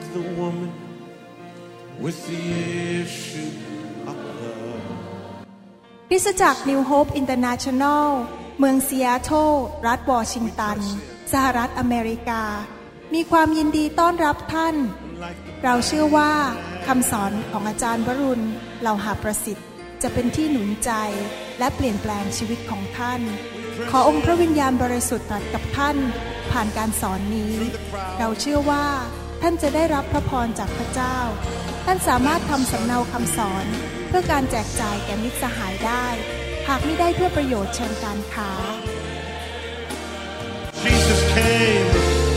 the woman with the issue of blood คริสตจักร New Hope International เมืองซีแอตเทิลรัฐวอชิงตันสหรัฐอเมริกามีความยินดีต้อนรับท่านเราเชื่อว่าคำสอนของอาจารย์วรุณเหล่าหาประสิทธิ์จะเป็นที่หนุนใจและเปลี่ยนแปลงชีวิตของท่านขอองค์พระวิญญาณบริสุทธิ์ตรัสกับท่านผ่านการสอนนี้เราเชื่อว่าท่านจะได้รับพระพรจากพระเจ้าท่านสามารถทำสำเนาคำสอนเพื่อการแจกจ่ายแก่มิตรสหายได้หากไม่ได้เพื่อประโยชน์เชิงการค้า Jesus came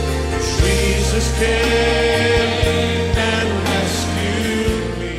and rescued me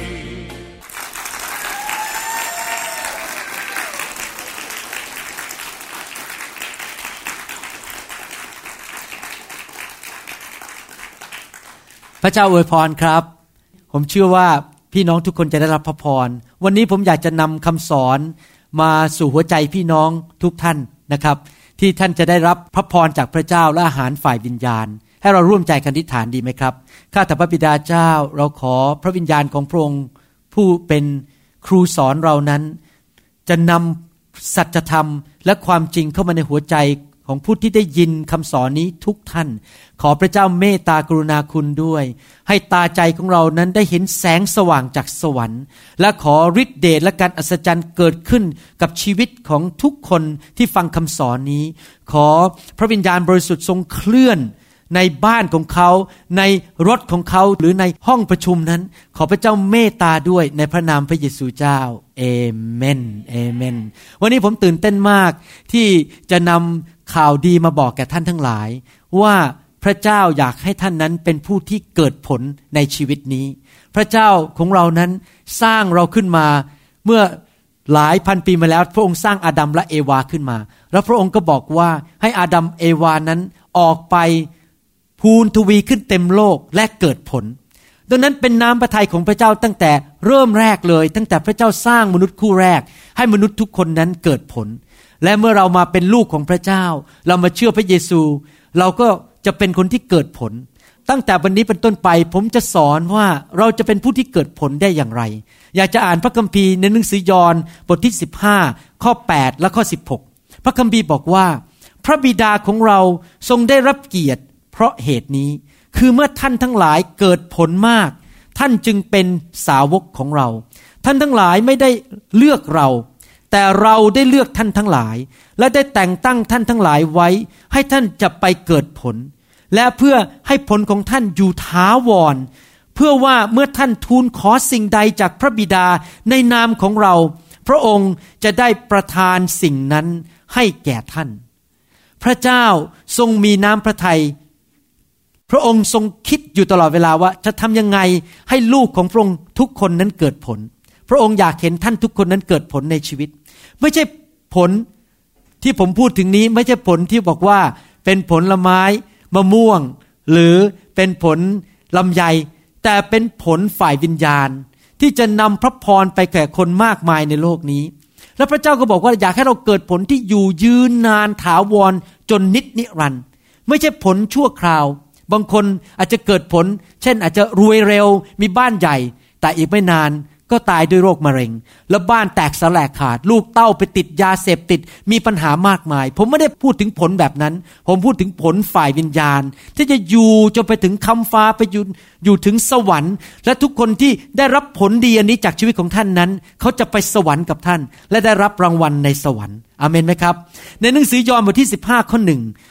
พระเจ้าอวยพรครับผมเชื่อว่าพี่น้องทุกคนจะได้รับพระพรวันนี้ผมอยากจะนำคำสอนมาสู่หัวใจพี่น้องทุกท่านนะครับที่ท่านจะได้รับพระพรจากพระเจ้าและอาหารฝ่ายวิญญาณให้เราร่วมใจกันอธิษฐานดีไหมครับข้าแต่พระบิดาเจ้าเราขอพระวิญญาณของพระองค์ผู้เป็นครูสอนเรานั้นจะนำสัจธรรมและความจริงเข้ามาในหัวใจของผู้ที่ได้ยินคำสอนนี้ทุกท่านขอพระเจ้าเมตตากรุณาคุณด้วยให้ตาใจของเรานั้นได้เห็นแสงสว่างจากสวรรค์และขอฤทธิ์เดชและการอัศจรรย์เกิดขึ้นกับชีวิตของทุกคนที่ฟังคำสอนนี้ขอพระวิญญาณบริสุทธิ์ทรงเคลื่อนในบ้านของเขาในรถของเขาหรือในห้องประชุมนั้นขอพระเจ้าเมตตาด้วยในพระนามพระเยซูเจ้าเอเมนเอเมนวันนี้ผมตื่นเต้นมากที่จะนำข่าวดีมาบอกแก่ท่านทั้งหลายว่าพระเจ้าอยากให้ท่านนั้นเป็นผู้ที่เกิดผลในชีวิตนี้พระเจ้าของเรานั้นสร้างเราขึ้นมาเมื่อหลายพันปีมาแล้วพระองค์สร้างอาดัมและเอวาขึ้นมาแล้วพระองค์ก็บอกว่าให้อาดัมเอวานั้นออกไปพูนทวีขึ้นเต็มโลกและเกิดผลดังนั้นเป็นน้ำพระทัยของพระเจ้าตั้งแต่เริ่มแรกเลยตั้งแต่พระเจ้าสร้างมนุษย์คู่แรกให้มนุษย์ทุกคนนั้นเกิดผลและเมื่อเรามาเป็นลูกของพระเจ้าเรามาเชื่อพระเยซูเราก็จะเป็นคนที่เกิดผลตั้งแต่วันนี้เป็นต้นไปผมจะสอนว่าเราจะเป็นผู้ที่เกิดผลได้อย่างไรอยากจะอ่านพระคัมภีร์ในหนังสือยอห์นบทที่15ข้อ8และข้อ16พระคัมภีร์บอกว่าพระบิดาของเราทรงได้รับเกียรติเพราะเหตุนี้คือเมื่อท่านทั้งหลายเกิดผลมากท่านจึงเป็นสาวกของเราท่านทั้งหลายไม่ได้เลือกเราแต่เราได้เลือกท่านทั้งหลายและได้แต่งตั้งท่านทั้งหลายไว้ให้ท่านจะไปเกิดผลและเพื่อให้ผลของท่านอยู่ถาวรเพื่อว่าเมื่อท่านทูลขอสิ่งใดจากพระบิดาในนามของเราพระองค์จะได้ประทานสิ่งนั้นให้แก่ท่านพระเจ้าทรงมีน้ำพระทัยพระองค์ทรงคิดอยู่ตลอดเวลาว่าจะทำยังไงให้ลูกของพระองค์ทุกคนนั้นเกิดผลพระองค์อยากเห็นท่านทุกคนนั้นเกิดผลในชีวิตไม่ใช่ผลที่ผมพูดถึงนี้ไม่ใช่ผลที่บอกว่าเป็นผลไม้มะม่วงหรือเป็นผลลำไยแต่เป็นผลฝ่ายวิญญาณที่จะนำพระพรไปแก่คนมากมายในโลกนี้และพระเจ้าก็บอกว่าอยากให้เราเกิดผลที่อยู่ยืนนานถาวรจนนิรันดร์ไม่ใช่ผลชั่วคราวบางคนอาจจะเกิดผลเช่นอาจจะรวยเร็วมีบ้านใหญ่แต่อีกไม่นานก็ตายด้วยโรคมะเร็งแล้วบ้านแตกสลายขาดลูกเต้าไปติดยาเสพติดมีปัญหามากมายผมไม่ได้พูดถึงผลแบบนั้นผมพูดถึงผลฝ่ายวิญญาณที่จะอยู่จนไปถึงคำฟ้าไปอยู่ถึงสวรรค์และทุกคนที่ได้รับผลดีอันนี้จากชีวิตของท่านนั้นเขาจะไปสวรรค์กับท่านและได้รับรางวัลในสวรรค์อาเมนไหมครับในหนังสือยอห์นบทที่15ข้อ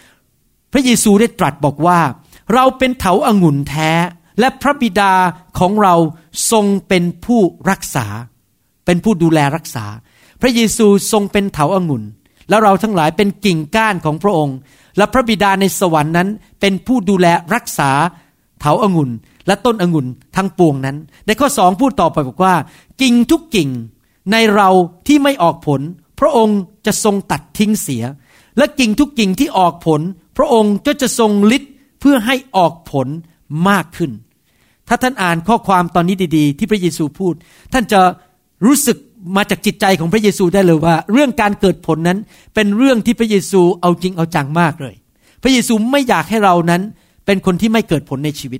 1พระเยซูได้ตรัสบอกว่าเราเป็นเถาองุ่นแท้และพระบิดาของเราทรงเป็นผู้รักษาเป็นผู้ดูแลรักษาพระเยซูทรงเป็นเถาองุ่นแล้วเราทั้งหลายเป็นกิ่งก้านของพระองค์และพระบิดาในสวรรค์นั้นเป็นผู้ดูแลรักษาเถาองุ่นและต้นองุ่นทั้งปวงนั้นในข้อ2พูดต่อไปบอกว่ากิ่งทุกกิ่งในเราที่ไม่ออกผลพระองค์จะทรงตัดทิ้งเสียและกิ่งทุกกิ่งที่ออกผลพระองค์ก็จะทรงฤทธิ์เพื่อให้ออกผลมากขึ้นถ้าท่านอ่านข้อความตอนนี้ดีๆที่พระเยซูพูดท่านจะรู้สึกมาจากจิตใจของพระเยซูได้เลยว่าเรื่องการเกิดผลนั้นเป็นเรื่องที่พระเยซูเอาจริงเอาจังมากเลยพระเยซูไม่อยากให้เรานั้นเป็นคนที่ไม่เกิดผลในชีวิตพ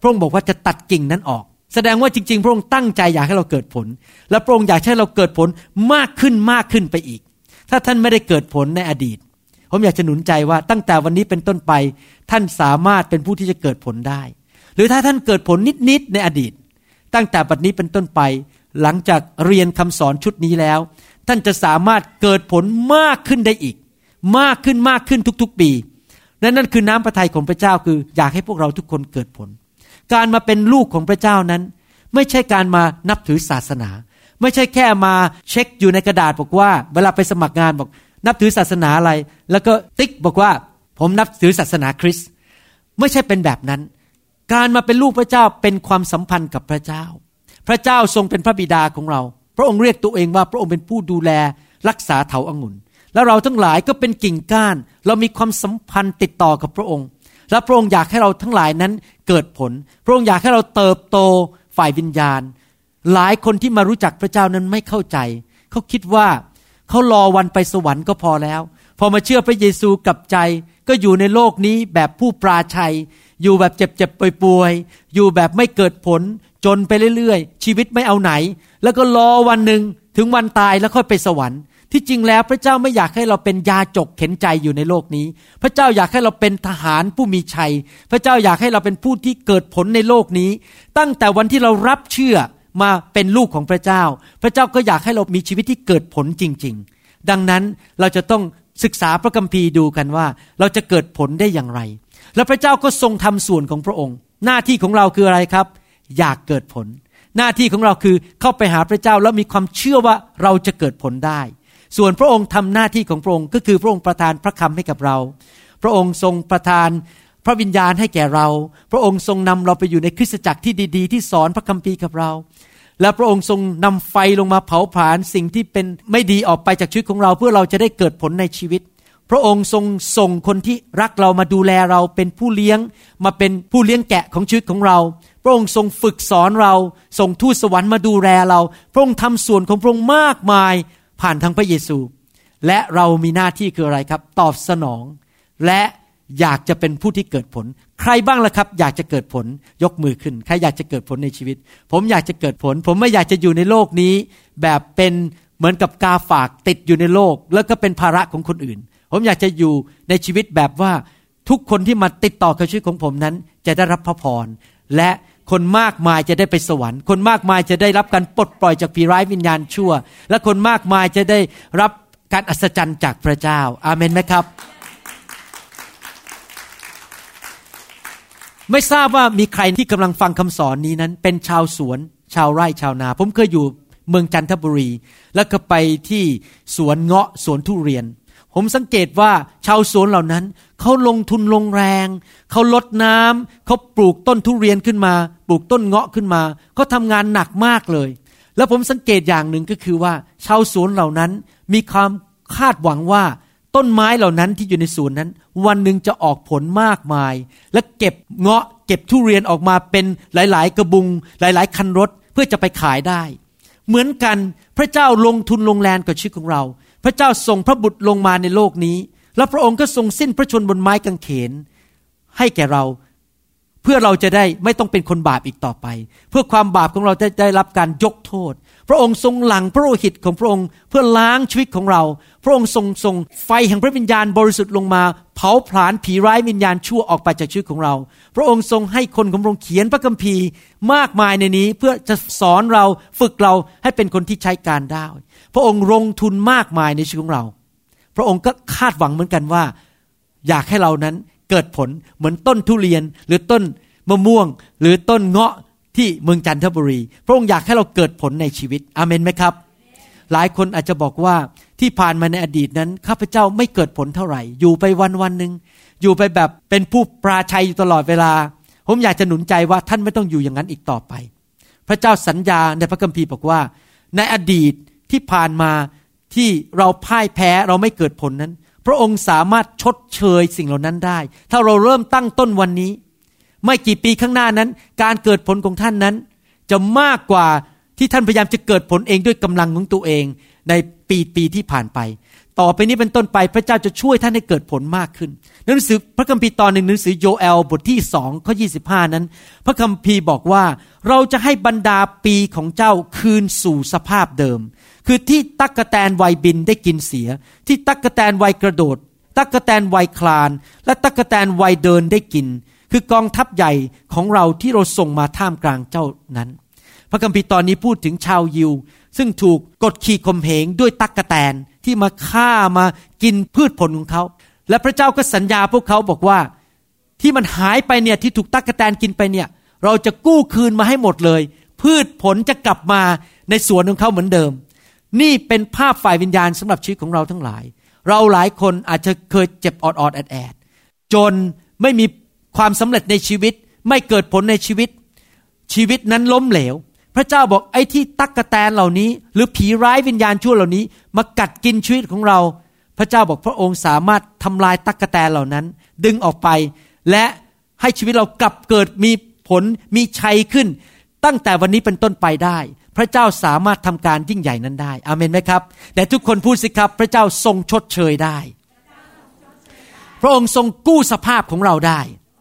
พระองค์บอกว่าจะตัดกิ่งนั้นออกแสดงว่าจริงๆพระองค์ตั้งใจอยากให้เราเกิดผลและพระองค์อยากให้เราเกิดผลมากขึ้นไปอีกถ้าท่านไม่ได้เกิดผลในอดีตผมอยากจะหนุนใจว่าตั้งแต่วันนี้เป็นต้นไปท่านสามารถเป็นผู้ที่จะเกิดผลได้หรือถ้าท่านเกิดผลนิดๆในอดีตตั้งแต่บัดนี้เป็นต้นไปหลังจากเรียนคำสอนชุดนี้แล้วท่านจะสามารถเกิดผลมากขึ้นได้อีกมากขึ้นทุกๆปีและนั่นคือน้ำพระทัยของพระเจ้าคืออยากให้พวกเราทุกคนเกิดผลการมาเป็นลูกของพระเจ้านั้นไม่ใช่การมานับถือศาสนาไม่ใช่แค่มาเช็คอยู่ในกระดาษบอกว่าเวลาไปสมัครงานบอกนับถือศาสนาอะไรแล้วก็ติ๊กบอกว่าผมนับถือศาสนาคริสต์ไม่ใช่เป็นแบบนั้นการมาเป็นลูกพระเจ้าเป็นความสัมพันธ์กับพระเจ้าพระเจ้าทรงเป็นพระบิดาของเราพระองค์เรียกตัวเองว่าพระองค์เป็นผู้ดูแลรักษาเถาองุ่นแล้วเราทั้งหลายก็เป็นกิ่งก้านเรามีความสัมพันธ์ติดต่อกับพระองค์และพระองค์อยากให้เราทั้งหลายนั้นเกิดผลพระองค์อยากให้เราเติบโตฝ่ายวิญญาณหลายคนที่มารู้จักพระเจ้านั้นไม่เข้าใจเขาคิดว่าเขารอวันไปสวรรค์ก็พอแล้วพอมาเชื่อพระเยซูกลับใจก็อยู่ในโลกนี้แบบผู้ปราชัยอยู่แบบเจ็บๆป่วยๆอยู่แบบไม่เกิดผลจนไปเรื่อยๆชีวิตไม่เอาไหนแล้วก็รอวันหนึ่งถึงวันตายแล้วค่อยไปสวรรค์ที่จริงแล้วพระเจ้าไม่อยากให้เราเป็นยาจกเข็นใจอยู่ในโลกนี้พระเจ้าอยากให้เราเป็นทหารผู้มีชัยพระเจ้าอยากให้เราเป็นผู้ที่เกิดผลในโลกนี้ตั้งแต่วันที่เรารับเชื่อมาเป็นลูกของพระเจ้าพระเจ้าก็อยากให้เรามีชีวิตที่เกิดผลจริงๆดังนั้นเราจะต้องศึกษาพระคัมภีร์ดูกันว่าเราจะเกิดผลได้อย่างไรและพระเจ้าก็ทรงทำส่วนของพระองค์หน้าที่ของเราคืออะไรครับอยากเกิดผลหน้าที่ของเราคือเข้าไปหาพระเจ้าแล้วมีความเชื่อว่าเราจะเกิดผลได้ส่วนพระองค์ทำหน้าที่ของพระองค์ก็คือพระองค์ประทานพระคำให้กับเราพระองค์ทรงประทานพระวิญญาณให้แก่เราพระองค์ทรงนำเราไปอยู่ในคริสตจักรที่ดีๆที่สอนพระคัมภีร์กับเราและพระองค์ทรงนำไฟลงมาเผาผลาญสิ่งที่เป็นไม่ดีออกไปจากชีวิตของเราเพื่อเราจะได้เกิดผลในชีวิตพระองค์ทรงส่งคนที่รักเรามาดูแลเราเป็นผู้เลี้ยงมาเป็นผู้เลี้ยงแกะของชีวิตของเราพระองค์ทรงฝึกสอนเราส่งทูตสวรรค์มาดูแลเราพระองค์ทำส่วนของพระองค์มากมายผ่านทางพระเยซูและเรามีหน้าที่คืออะไรครับตอบสนองและอยากจะเป็นผู้ที่เกิดผลใครบ้างล่ะครับอยากจะเกิดผลยกมือขึ้นใครอยากจะเกิดผลในชีวิตผมอยากจะเกิดผลผมไม่อยากจะอยู่ในโลกนี้แบบเป็นเหมือนกับกาฝากติดอยู่ในโลกแล้วก็เป็นภาระของคนอื่นผมอยากจะอยู่ในชีวิตแบบว่าทุกคนที่มาติดต่อกับชีวิตของผมนั้นจะได้รับพระพรและคนมากมายจะได้ไปสวรรค์คนมากมายจะได้รับการปลดปล่อยจากผีร้ายวิญญาณชั่วและคนมากมายจะได้รับการอัศจรรย์จากพระเจ้าอาเมนไหมครับไม่ทราบว่ามีใครที่กำลังฟังคำสอนนี้นั้นเป็นชาวสวนชาวไร่ชาวนาผมเคยอยู่เมืองจันทบุรีแล้วก็ไปที่สวนเงาะสวนทุเรียนผมสังเกตว่าชาวสวนเหล่านั้นเขาลงทุนลงแรงเขาลดน้ำเขาปลูกต้นทุเรียนขึ้นมาปลูกต้นเงาะขึ้นมาเขาทำงานหนักมากเลยแล้วผมสังเกตอย่างหนึ่งก็คือว่าชาวสวนเหล่านั้นมีความคาดหวังว่าต้นไม้เหล่านั้นที่อยู่ในสวนนั้นวันหนึ่งจะออกผลมากมายและเก็บเงาะเก็บทุเรียนออกมาเป็นหลายๆกระบุงหลายๆคันรถเพื่อจะไปขายได้เหมือนกันพระเจ้าลงทุนลงแรงกับชีวิตของเราพระเจ้าส่งพระบุตรลงมาในโลกนี้และพระองค์ก็ทรงสิ้นพระชนม์บนไม้กางเขนให้แก่เราเพื่อเราจะได้ไม่ต้องเป็นคนบาปอีกต่อไปเพื่อความบาปของเราได้รับการยกโทษพระองค์ทรงหลั่งพระโลหิตของพระองค์เพื่อล้างชีวิตของเราพระองค์ทรงไฟแห่งพระวิญญาณบริสุทธิ์ลงมาเผาผลาญผีร้ายวิญญาณชั่วออกไปจากชีวิตของเราพระองค์ทรงให้คนของพระองค์เขียนพระคัมภีร์มากมายในนี้เพื่อจะสอนเราฝึกเราให้เป็นคนที่ใช้การได้พระองค์ลงทุนมากมายในชีวิตของเราพระองค์ก็คาดหวังเหมือนกันว่าอยากให้เรานั้นเกิดผลเหมือนต้นทุเรียนหรือต้นมะม่วงหรือต้นเงาะที่เมืองจันทบุรีพระองค์อยากให้เราเกิดผลในชีวิตอาเมนไหมครับหลายคนอาจจะบอกว่าที่ผ่านมาในอดีตนั้นข้าพเจ้าไม่เกิดผลเท่าไหร่อยู่ไปวันๆนึงอยู่ไปแบบเป็นผู้ปราชัยอยู่ตลอดเวลาผมอยากจะหนุนใจว่าท่านไม่ต้องอยู่อย่างนั้นอีกต่อไปพระเจ้าสัญญาในพระคัมภีร์บอกว่าในอดีตที่ผ่านมาที่เราพ่ายแพ้เราไม่เกิดผลนั้นพระองค์สามารถชดเชยสิ่งเหล่านั้นได้ถ้าเราเริ่มตั้งต้นวันนี้ไม่กี่ปีข้างหน้านั้นการเกิดผลของท่านนั้นจะมากกว่าที่ท่านพยายามจะเกิดผลเองด้วยกำลังของตัวเองในปีที่ผ่านไปต่อไปนี้เป็นต้นไปพระเจ้าจะช่วยท่านให้เกิดผลมากขึ้นหนังสือพระคัมภีร์ตอนหนึ่งหนังสือโยเอลบทที่2ข้อ25นั้นพระคัมภีร์บอกว่าเราจะให้บรรดาปีของเจ้าคืนสู่สภาพเดิมคือที่ตั๊กแตนวัยบินได้กินเสียที่ตั๊กแตนวัยกระโดดตั๊กแตนวัยคลานและตั๊กแตนวัยเดินได้กินคือกองทัพใหญ่ของเราที่เราส่งมาท่ามกลางเจ้านั้นพระคัมภีร์ตอนนี้พูดถึงชาวยิวซึ่งถูกกดขี่ข่มเหงด้วยตั๊กแตนที่มาฆ่ามากินพืชผลของเขาและพระเจ้าก็สัญญาพวกเขาบอกว่าที่มันหายไปเนี่ยที่ถูกตั๊กแตนกินไปเนี่ยเราจะกู้คืนมาให้หมดเลยพืชผลจะกลับมาในสวนของเขาเหมือนเดิมนี่เป็นภาพฝ่ายวิญญาณสำหรับชีวิตของเราทั้งหลายเราหลายคนอาจจะเคยเจ็บออดแอดจนไม่มีความสำเร็จในชีวิตไม่เกิดผลในชีวิตนั้นล้มเหลวพระเจ้าบอกไอ้ที่ตั๊กแตนเหล่านี้หรือผีร้ายวิญญาณชั่วเหล่านี้มากัดกินชีวิตของเราพระเจ้าบอกพระองค์สามารถทำลายตั๊กแตนเหล่านั้นดึงออกไปและให้ชีวิตเรากลับเกิดมีผลมีชัยขึ้นตั้งแต่วันนี้เป็นต้นไปได้พระเจ้าสามารถทำการยิ่งใหญ่นั้นได้อาเมนไหมครับแต่ทุกคนพูดสิครับพระเจ้าทรงชดเชยได้พระองค์ทรงกู้สภาพของเราได้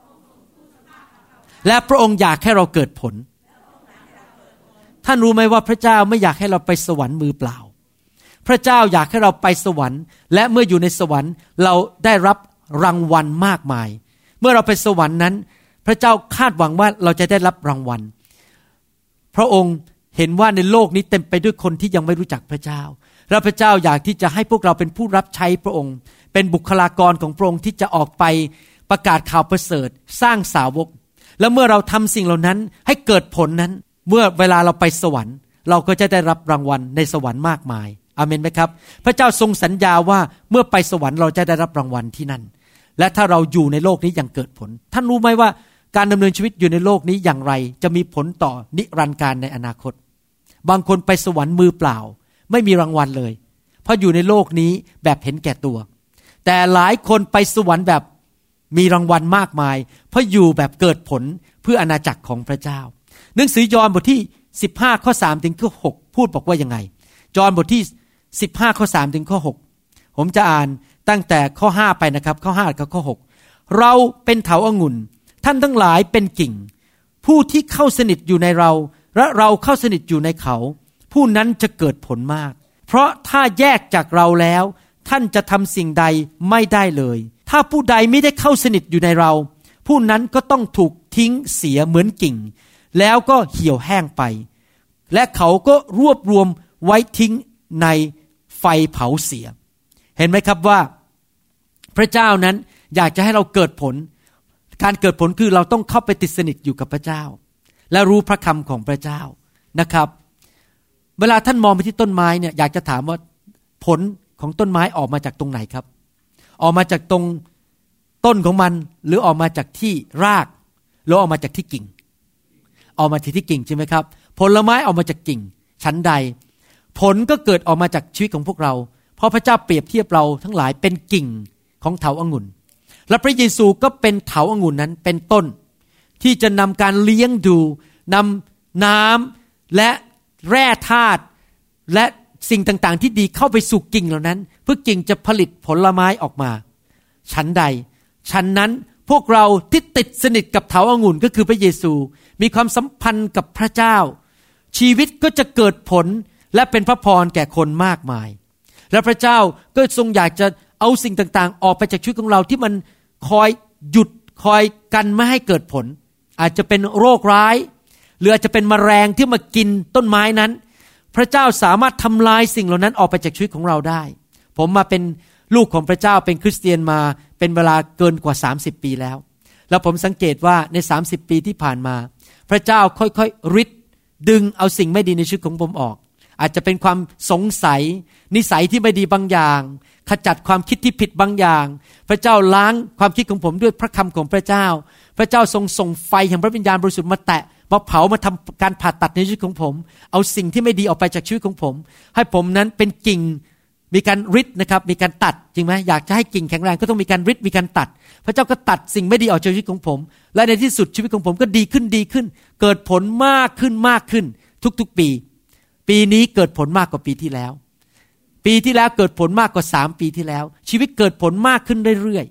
และพระองค์อยากให้เราเกิดผลท่านรู้ไหมว่าพระเจ้าไม่อยากให้เราไปสวรรค์มือเปล่าพระเจ้าอยากให้เราไปสวรรค์และเมื่ออยู่ในสวรรค์เราได้รับรางวัลมากมายเมื่อเราไปสวรรค์นั้นพระเจ้าคาดหวังว่าเราจะได้รับรางวัลพระองค์เห็นว่าในโลกนี้เต็มไปด้วยคนที่ยังไม่รู้จักพระเจ้าและพระเจ้าอยากที่จะให้พวกเราเป็นผู้รับใช้พระองค์เป็นบุคลากรของพระองค์ที่จะออกไปประกาศข่าวประเสริฐสร้างสาวกแล้วเมื่อเราทำสิ่งเหล่านั้นให้เกิดผลนั้นเมื่อเวลาเราไปสวรรค์เราก็จะได้รับรางวัลในสวรรค์มากมายอาเมนไหมครับพระเจ้าทรงสัญญาว่าเมื่อไปสวรรค์เราจะได้รับรางวัลที่นั่นและถ้าเราอยู่ในโลกนี้อย่างเกิดผลท่านรู้ไหมว่าการดำเนินชีวิตอยู่ในโลกนี้อย่างไรจะมีผลต่อนิรันดร์การในอนาคตบางคนไปสวรรค์มือเปล่าไม่มีรางวัลเลยเพราะอยู่ในโลกนี้แบบเห็นแก่ตัวแต่หลายคนไปสวรรค์แบบมีรางวัลมากมายเพราะอยู่แบบเกิดผลเพื่ออาณาจักรของพระเจ้าหนังสือยอห์นบทที่15ข้อ3ถึงข้อ6พูดบอกว่ายังไงยอห์นบทที่15ข้อ3ถึงข้อ6ผมจะอ่านตั้งแต่ข้อ5ไปนะครับข้อ5กับข้อ6เราเป็นเถาองุ่นท่านทั้งหลายเป็นกิ่งผู้ที่เข้าสนิทอยู่ในเราและเราเข้าสนิทอยู่ในเขาผู้นั้นจะเกิดผลมากเพราะถ้าแยกจากเราแล้วท่านจะทำสิ่งใดไม่ได้เลยถ้าผู้ใดไม่ได้เข้าสนิทอยู่ในเราผู้นั้นก็ต้องถูกทิ้งเสียเหมือนกิ่งแล้วก็เหี่ยวแห้งไปและเขาก็รวบรวมไว้ทิ้งในไฟเผาเสียเห็นไหมครับว่าพระเจ้านั้นอยากจะให้เราเกิดผลการเกิดผลคือเราต้องเข้าไปติดสนิทอยู่กับพระเจ้าและรู้พระคำของพระเจ้านะครับเวลาท่านมองไปที่ต้นไม้เนี่ยอยากจะถามว่าผลของต้นไม้ออกมาจากตรงไหนครับออกมาจากตรงต้นของมันหรือออกมาจากที่รากหรือออกมาจากที่กิ่งออกมาที่กิ่งใช่ไหมครับผลไม้ออกมาจากกิ่งชั้นใดผลก็เกิดออกมาจากชีวิตของพวกเราเพราะพระเจ้าเปรียบเทียบเราทั้งหลายเป็นกิ่งของเถาองุ่นและพระเยซูก็เป็นเถาองุ่นนั้นเป็นต้นที่จะนำการเลี้ยงดูนำน้ำและแร่ธาตุและสิ่งต่างๆที่ดีเข้าไปสู่กิ่งเหล่านั้นเพื่อกิ่งจะผลิตผลไม้ออกมาฉันใดฉันนั้นพวกเราที่ติดสนิทกับเถาองุ่นก็คือพระเยซูมีความสัมพันธ์กับพระเจ้าชีวิตก็จะเกิดผลและเป็นพระพรแก่คนมากมายและพระเจ้าก็ทรงอยากจะเอาสิ่งต่างๆออกไปจากชีวิตของเราที่มันคอยหยุดคอยกันไม่ให้เกิดผลอาจจะเป็นโรคร้ายหรืออาจจะเป็นแมลงที่มากินต้นไม้นั้นพระเจ้าสามารถทำลายสิ่งเหล่านั้นออกไปจากชีวิตของเราได้ผมมาเป็นลูกของพระเจ้าเป็นคริสเตียนมาเป็นเวลาเกินกว่า30ปีแล้วแล้วผมสังเกตว่าใน30ปีที่ผ่านมาพระเจ้าค่อยๆริดดึงเอาสิ่งไม่ดีในชีวิตของผมออกอาจจะเป็นความสงสัยนิสัยที่ไม่ดีบางอย่างขจัดความคิดที่ผิดบางอย่างพระเจ้าล้างความคิดของผมด้วยพระคำของพระเจ้าพระเจ้าทรงส่งไฟแห่งพระวิญญาณบริสุทธิ์มาแตะมาเผามาทำการผ่าตัดในชีวิตของผมเอาสิ่งที่ไม่ดีออกไปจากชีวิตของผมให้ผมนั้นเป็นกิ่งมีการริดนะครับมีการตัดจริงไหมอยากจะให้กิ่งแข็งแรงก็ต้องมีการริดมีการตัดพระเจ้าก็ตัดสิ่งไม่ดีออกจากชีวิตของผมและในที่สุดชีวิตของผมก็ดีขึ้นเกิดผลมากขึ้นทุกๆปีนี้เกิดผลมากกว่าปีที่แล้วเกิดผลมากกว่า3ปีที่แล้วชีวิตเกิดผลมากขึ้นเรื่อยๆ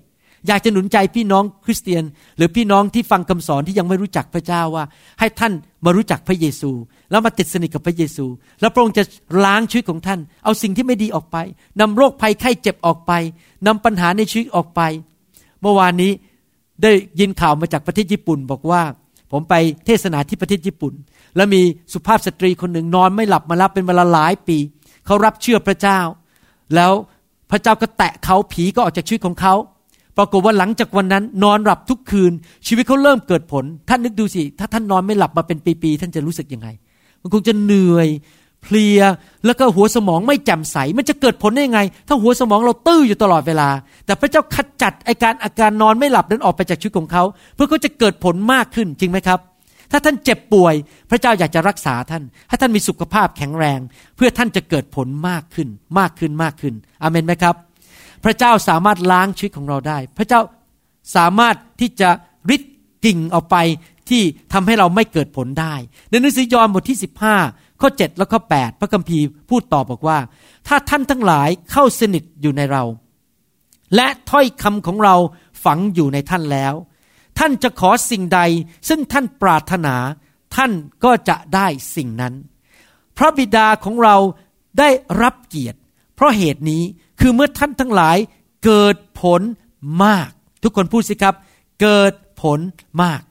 อยากจะหนุนใจพี่น้องคริสเตียนหรือพี่น้องที่ฟังคำสอนที่ยังไม่รู้จักพระเจ้าว่าให้ท่านมารู้จักพระเยซูแล้วมาติดสนิทกับพระเยซูแล้วพระองค์จะล้างชีวิตของท่านเอาสิ่งที่ไม่ดีออกไปนำโรคภัยไข้เจ็บออกไปนำปัญหาในชีวิตออกไปเมื่อวานนี้ได้ยินข่าวมาจากประเทศญี่ปุ่นบอกว่าผมไปเทศนาที่ประเทศญี่ปุ่นแล้วมีสุภาพสตรีคนหนึ่งนอนไม่หลับมาแล้วเป็นเวลาหลายปีเขารับเชื่อพระเจ้าแล้วพระเจ้าก็แตะเขาผีก็ออกจากชีวิตของเขาปรากฏว่าหลังจากวันนั้นนอนหลับทุกคืนชีวิตเขาเริ่มเกิดผลท่านนึกดูสิถ้าท่านนอนไม่หลับมาเป็นปีๆท่านจะรู้สึกยังไงมันคงจะเหนื่อยเพลียแล้วก็หัวสมองไม่แจ่มใสมันจะเกิดผลได้ยังไงถ้าหัวสมองเราตื้ออยู่ตลอดเวลาแต่พระเจ้าขจัดอาการนอนไม่หลับนั้นออกไปจากชีวิตของเขาเพื่อเขาจะเกิดผลมากขึ้นจริงไหมครับถ้าท่านเจ็บป่วยพระเจ้าอยากจะรักษาท่านให้ท่านมีสุขภาพแข็งแรงเพื่อท่านจะเกิดผลมากขึ้นมากขึ้นมากขึ้นอาเมนไหมครับพระเจ้าสามารถล้างชีวิตของเราได้พระเจ้าสามารถที่จะริดกิ่งออกไปที่ทำให้เราไม่เกิดผลได้ในหนังสือยอห์นบทที่15ข้อ7และข้อ8พระคัมภีร์พูดต่อบอกว่าถ้าท่านทั้งหลายเข้าสนิทอยู่ในเราและถ้อยคำของเราฝังอยู่ในท่านแล้วท่านจะขอสิ่งใดซึ่งท่านปรารถนาท่านก็จะได้สิ่งนั้นพระบิดาของเราได้รับเกียรติเพราะเหตุนี้คือเมื่อท่านทั้งหลายเกิดผลมากทุกคนพูดสิครับเกิดผลมาก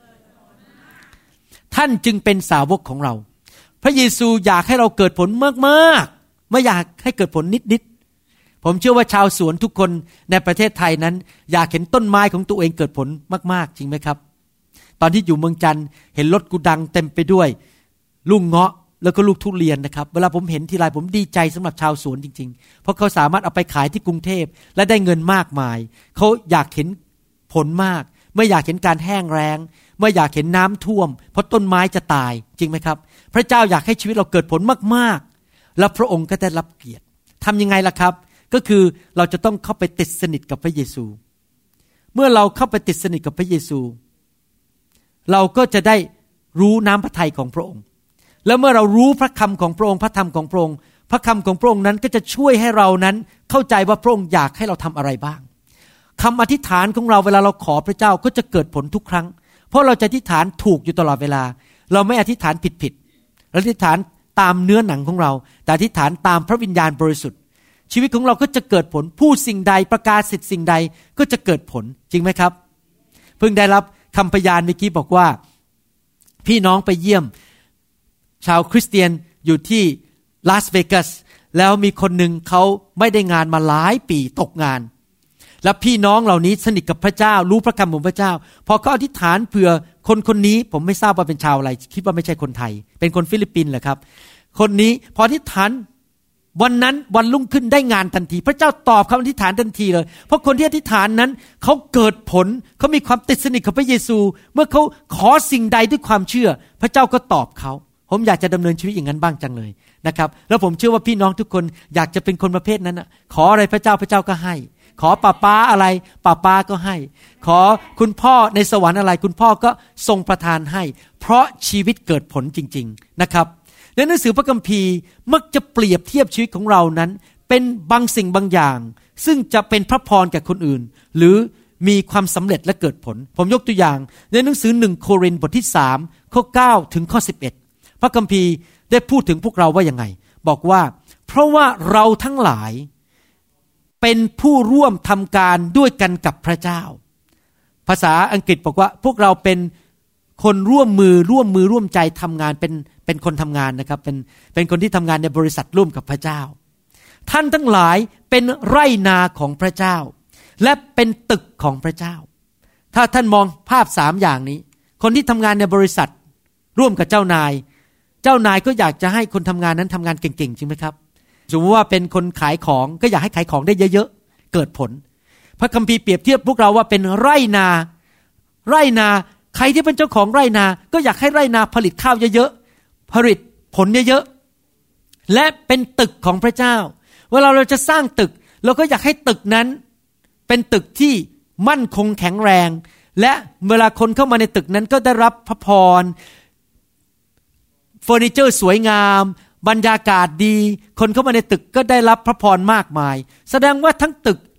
ท่านจึงเป็นสาวกของเราพระเยซูอยากให้เราเกิดผลมากๆไม่อยากให้เกิดผลนิดๆผมเชื่อว่าชาวสวนทุกคนในประเทศไทยนั้นอยากเห็นต้นไม้ของตัวเองเกิดผลมากๆจริงไหมครับตอนที่อยู่เมืองจันทร์เห็นรถกุดังเต็มไปด้วยลูกเงาะแล้วก็ลูกทุเรียนนะครับเวลาผมเห็นทีไรผมดีใจสำหรับชาวสวนจริงๆเพราะเขาสามารถเอาไปขายที่กรุงเทพและได้เงินมากมายเขาอยากเห็นผลมากไม่อยากเห็นการแห้งแล้งไม่อยากเห็นน้ำท่วมเพราะต้นไม้จะตายจริงไหมครับพระเจ้าอยากให้ชีวิตเราเกิดผลมากๆแล้วพระองค์ก็ได้รับเกียรติทำยังไงล่ะครับก็คือเราจะต้องเข้าไปติดสนิทกับพระเยซูเมื่อเราเข้าไปติดสนิทกับพระเยซูเราก็จะได้รู้น้ำพระทัยของพระองค์แล้วเมื่อเรารู้พระคำของพระองค์พระธรรมของพระองค์พระคำของพระองค์นั้นก็จะช่วยให้เรานั้นเข้าใจว่าพระองค์อยากให้เราทำอะไรบ้างคำอธิษฐานของเราเวลาเราขอพระเจ้าก็จะเกิดผลทุกครั้งเพราะเราจะอธิษฐานถูกอยู่ตลอดเวลาเราไม่อธิษฐานผิดเราอธิษฐานตามเนื้อหนังของเราแต่อธิษฐานตามพระวิญญาณบริสุทธิ์ชีวิตของเราก็จะเกิดผลพูดสิ่งใดประกาศสิ่งใดก็จะเกิดผลจริงไหมครับเพิ่งได้รับคำพยานเมื่อกี้บอกว่าพี่น้องไปเยี่ยมชาวคริสเตียนอยู่ที่ลาสเวกัสแล้วมีคนหนึ่งเขาไม่ได้งานมาหลายปีตกงานและพี่น้องเหล่านี้สนิทกับพระเจ้ารู้พระคำของพระเจ้าพอเขาอธิษฐานเผื่อคนคนนี้ผมไม่ทราบว่าเป็นชาวอะไรคิดว่าไม่ใช่คนไทยเป็นคนฟิลิปปินส์แหละครับคนนี้พออธิษฐานวันนั้นวันรุ่งขึ้นได้งานทันทีพระเจ้าตอบคำอธิษฐานทันทีเลยเพราะคนที่อธิษฐานนั้นเขาเกิดผลเขามีความติดสนิทกับพระเยซูเมื่อเขาขอสิ่งใดด้วยความเชื่อพระเจ้าก็ตอบเขาผมอยากจะดำเนินชีวิตอย่างนั้นบ้างจังเลยนะครับแล้วผมเชื่อว่าพี่น้องทุกคนอยากจะเป็นคนประเภทนั้นนะขออะไรพระเจ้าพระเจ้าก็ให้ขอป้าอะไรป้าก็ให้ขอคุณพ่อในสวรรค์อะไรคุณพ่อก็ทรงประทานให้เพราะชีวิตเกิดผลจริงๆนะครับในหนังสือพระคัมภีร์มักจะเปรียบเทียบชีวิตของเรานั้นเป็นบางสิ่งบางอย่างซึ่งจะเป็นพระพรแก่คนอื่นหรือมีความสำเร็จและเกิดผลผมยกตัวอย่างในหนังสือ1โครินธ์บทที่3ข้อ9ถึงข้อ11พระคัมภีร์ได้พูดถึงพวกเราว่ายังไงบอกว่าเพราะว่าเราทั้งหลายเป็นผู้ร่วมทำการด้วยกันกับพระเจ้าภาษาอังกฤษบอกว่าพวกเราเป็นคนร่วมมือใจทำงานเป็นคนทำงานนะครับเป็นคนที่ทำงานในบริษัทร่วมกับพระเจ้าท่านทั้งหลายเป็นไร่นาของพระเจ้าและเป็นตึกของพระเจ้าถ้าท่านมองภาพ3อย่างนี้คนที่ทำงานในบริษัทร่วมกับเจ้านายก็อยากจะให้คนทำงานนั้นทำงานเก่งๆจริงไหมครับสมมติว่าเป็นคนขายของก็อยากให้ขายของได้เยอะๆเกิดผลพระคัมภีร์เปรียบเทียบพวกเราว่าเป็นไร่นาใครที่เป็นเจ้าของไร่นาก็อยากให้ไร่นาผลิตข้าวเยอะๆผลิตผลเยอะๆและเป็นตึกของพระเจ้าเวลาเราจะสร้างตึกเราก็อยากให้ตึกนั้นเป็นตึกที่มั่นคงแข็งแรงและเวลาคนเข้ามาในตึกนั้นก็ได้รับพระพรเฟอร์นิเจอร์สวยงามบรรยากาศดีคนเข้ามาในตึกก็ได้รับพระพรมากมายแสดงว่าทั้งตึก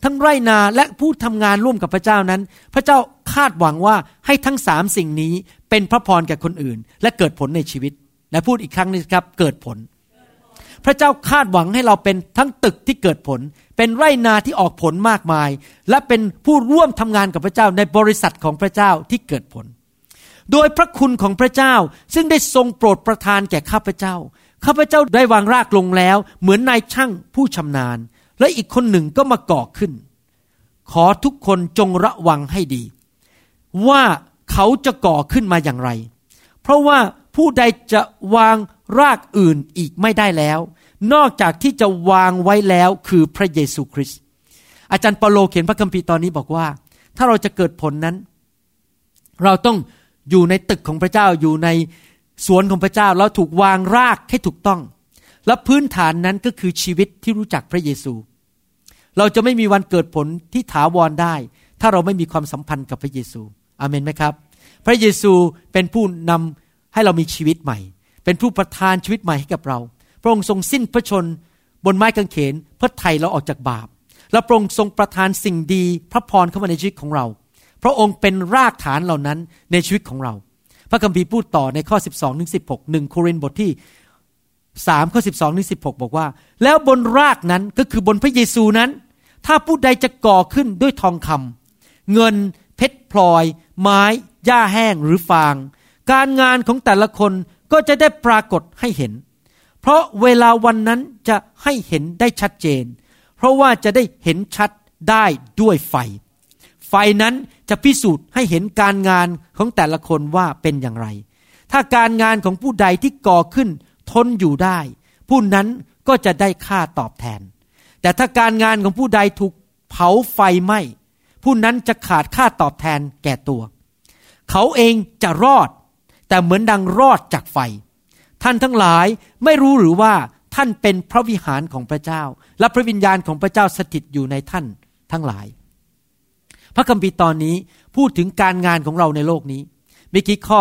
ทั้งไร่นาและผู้ทำงานร่วมกับพระเจ้านั้นพระเจ้าคาดหวังว่าให้ทั้ง3สิ่งนี้เป็นพระพรแก่คนอื่นและเกิดผลในชีวิตและพูดอีกครั้งนึงครับเกิดผลพระเจ้าคาดหวังให้เราเป็นทั้งตึกที่เกิดผลเป็นไร่นาที่ออกผลมากมายและเป็นผู้ร่วมทำงานกับพระเจ้าในบริษัทของพระเจ้าที่เกิดผลโดยพระคุณของพระเจ้าซึ่งได้ทรงโปรดประทานแก่ข้าพเจ้าได้วางรากลงแล้วเหมือนนายช่างผู้ชำนาญและอีกคนหนึ่งก็มาก่อขึ้นขอทุกคนจงระวังให้ดีว่าเขาจะก่อขึ้นมาอย่างไรเพราะว่าผู้ใดจะวางรากอื่นอีกไม่ได้แล้วนอกจากที่จะวางไว้แล้วคือพระเยซูคริสต์อาจารย์เปาโลเขียนพระคัมภีร์ตอนนี้บอกว่าถ้าเราจะเกิดผลนั้นเราต้องอยู่ในตึกของพระเจ้าอยู่ในสวนของพระเจ้าเราถูกวางรากให้ถูกต้องและพื้นฐานนั้นก็คือชีวิตที่รู้จักพระเยซูเราจะไม่มีวันเกิดผลที่ถาวรได้ถ้าเราไม่มีความสัมพันธ์กับพระเยซูอาเมนไหมครับพระเยซูเป็นผู้นำให้เรามีชีวิตใหม่เป็นผู้ประทานชีวิตใหม่ให้กับเราพระองค์ทรงสิ้นพระชนบนไม้กางเขนเพื่อไถ่เราออกจากบาปและพระองค์ทรงประทานสิ่งดีพระพรเข้ามาในชีวิตของเราพระองค์เป็นรากฐานเหล่านั้นในชีวิตของเราพระคัมภีร์พูดต่อในข้อ 12-16 1 โครินธ์บทที่3ข้อ 12-16 บอกว่าแล้วบนรากนั้นก็คือบนพระเยซูนั้นถ้าผู้ใดจะก่อขึ้นด้วยทองคำเงินเพชรพลอยไม้หญ้าแห้งหรือฟางการงานของแต่ละคนก็จะได้ปรากฏให้เห็นเพราะเวลาวันนั้นจะให้เห็นได้ชัดเจนเพราะว่าจะได้เห็นชัดได้ด้วยไฟนั้นจะพิสูจน์ให้เห็นการงานของแต่ละคนว่าเป็นอย่างไรถ้าการงานของผู้ใดที่ก่อขึ้นทนอยู่ได้ผู้นั้นก็จะได้ค่าตอบแทนแต่ถ้าการงานของผู้ใดถูกเผาไฟไหม้ผู้นั้นจะขาดค่าตอบแทนแก่ตัวเขาเองจะรอดแต่เหมือนดังรอดจากไฟท่านทั้งหลายไม่รู้หรือว่าท่านเป็นพระวิหารของพระเจ้าและพระวิญญาณของพระเจ้าสถิตอยู่ในท่านทั้งหลายพระคัมภีร์ตอนนี้พูดถึงการงานของเราในโลกนี้เมื่อกี้ข้อ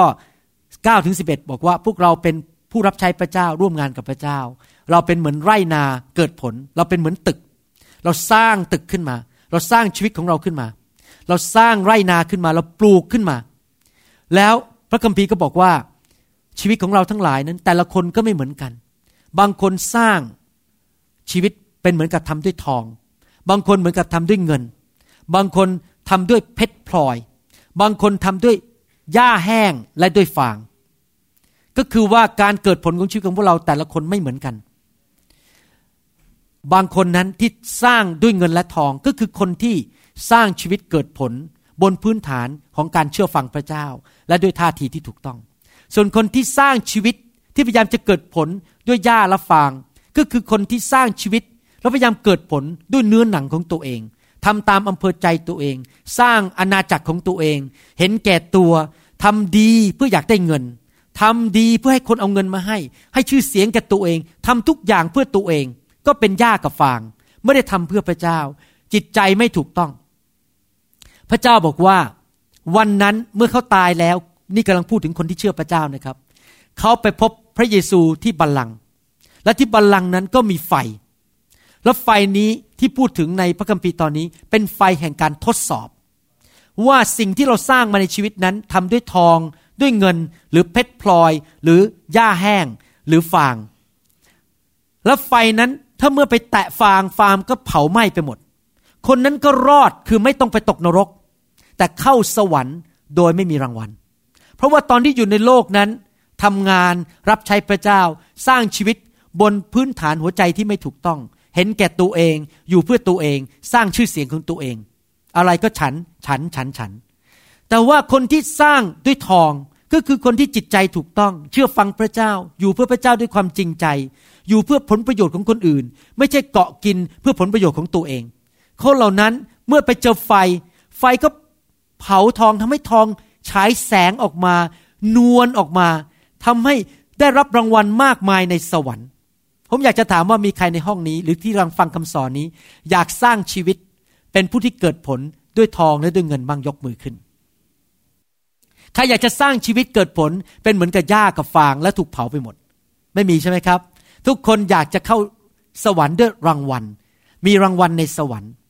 9-11 บอกว่าพวกเราเป็นผู้รับใช้พระเจ้าร่วมงานกับพระเจ้าเราเป็นเหมือนไร่นาเกิดผลเราเป็นเหมือนตึกเราสร้างตึกขึ้นมาเราสร้างชีวิตของเราขึ้นมาเราสร้างไร่นาขึ้นมาเราปลูกขึ้นมาแล้วพระคัมภีร์ก็บอกว่าชีวิตของเราทั้งหลายนั้นแต่ละคนก็ไม่เหมือนกันบางคนสร้างชีวิตเป็นเหมือนกับทำด้วยทองบางคนเหมือนกับทำด้วยเงินบางคนทำด้วยเพชรพลอยบางคนทำด้วยหญ้าแห้งและด้วยฟางก็คือว่าการเกิดผลของชีวิตของพวกเราแต่ละคนไม่เหมือนกันบางคนนั้นที่สร้างด้วยเงินและทองก็คือคนที่สร้างชีวิตเกิดผลบนพื้นฐานของการเชื่อฟังพระเจ้าและด้วยท่าทีที่ถูกต้องส่วนคนที่สร้างชีวิตที่พยายามจะเกิดผลด้วยหญ้าและฟางก็คือคนที่สร้างชีวิตแล้วพยายามเกิดผลด้วยเนื้อหนังของตัวเองทำตามอำเภอใจตัวเองสร้างอาณาจักรของตัวเองเห็นแก่ตัวทำดีเพื่ออยากได้เงินทำดีเพื่อให้คนเอาเงินมาให้ชื่อเสียงแก่ตัวเองทำทุกอย่างเพื่อตัวเองก็เป็นหญ้ากับฟางไม่ได้ทำเพื่อพระเจ้าจิตใจไม่ถูกต้องพระเจ้าบอกว่าวันนั้นเมื่อเขาตายแล้วนี่กำลังพูดถึงคนที่เชื่อพระเจ้านะครับเขาไปพบพระเยซูที่บัลลังก์และที่บัลลังก์นั้นก็มีไฟและไฟนี้ที่พูดถึงในพระคัมภีร์ตอนนี้เป็นไฟแห่งการทดสอบว่าสิ่งที่เราสร้างมาในชีวิตนั้นทำด้วยทองด้วยเงินหรือเพชรพลอยหรือหญ้าแห้งหรือฟางแล้วไฟนั้นถ้าเมื่อไปแตะฟางก็เผาไหม้ไปหมดคนนั้นก็รอดคือไม่ต้องไปตกนรกแต่เข้าสวรรค์โดยไม่มีรางวัลเพราะว่าตอนที่อยู่ในโลกนั้นทำงานรับใช้พระเจ้าสร้างชีวิตบนพื้นฐานหัวใจที่ไม่ถูกต้องเห็นแก่ตัวเองอยู่เพื่อตัวเองสร้างชื่อเสียงของตัวเองอะไรก็ฉันแต่ว่าคนที่สร้างด้วยทองก็คือคนที่จิตใจถูกต้องเชื่อฟังพระเจ้าอยู่เพื่อพระเจ้าด้วยความจริงใจอยู่เพื่อผลประโยชน์ของคนอื่นไม่ใช่เกาะกินเพื่อผลประโยชน์ของตัวเองคนเหล่านั้นเมื่อไปเจอไฟก็เผาทองทำให้ทองฉายแสงออกมานวลออกมาทำให้ได้รับรางวัลมากมายในสวรรค์ผมอยากจะถามว่ามีใครในห้องนี้หรือที่กำลังฟังคำสอนนี้อยากสร้างชีวิตเป็นผู้ที่เกิดผลด้วยทองและด้วยเงินบ้างยกมือขึ้นใครอยากจะสร้างชีวิตเกิดผลเป็นเหมือนกับหญ้ากับฟางและถูกเผาไปหมดไม่มีใช่ไหมครับทุกคนอยากจะเข้าสวรรค์ด้วยรางวัลมีรางวัลในสวรรค์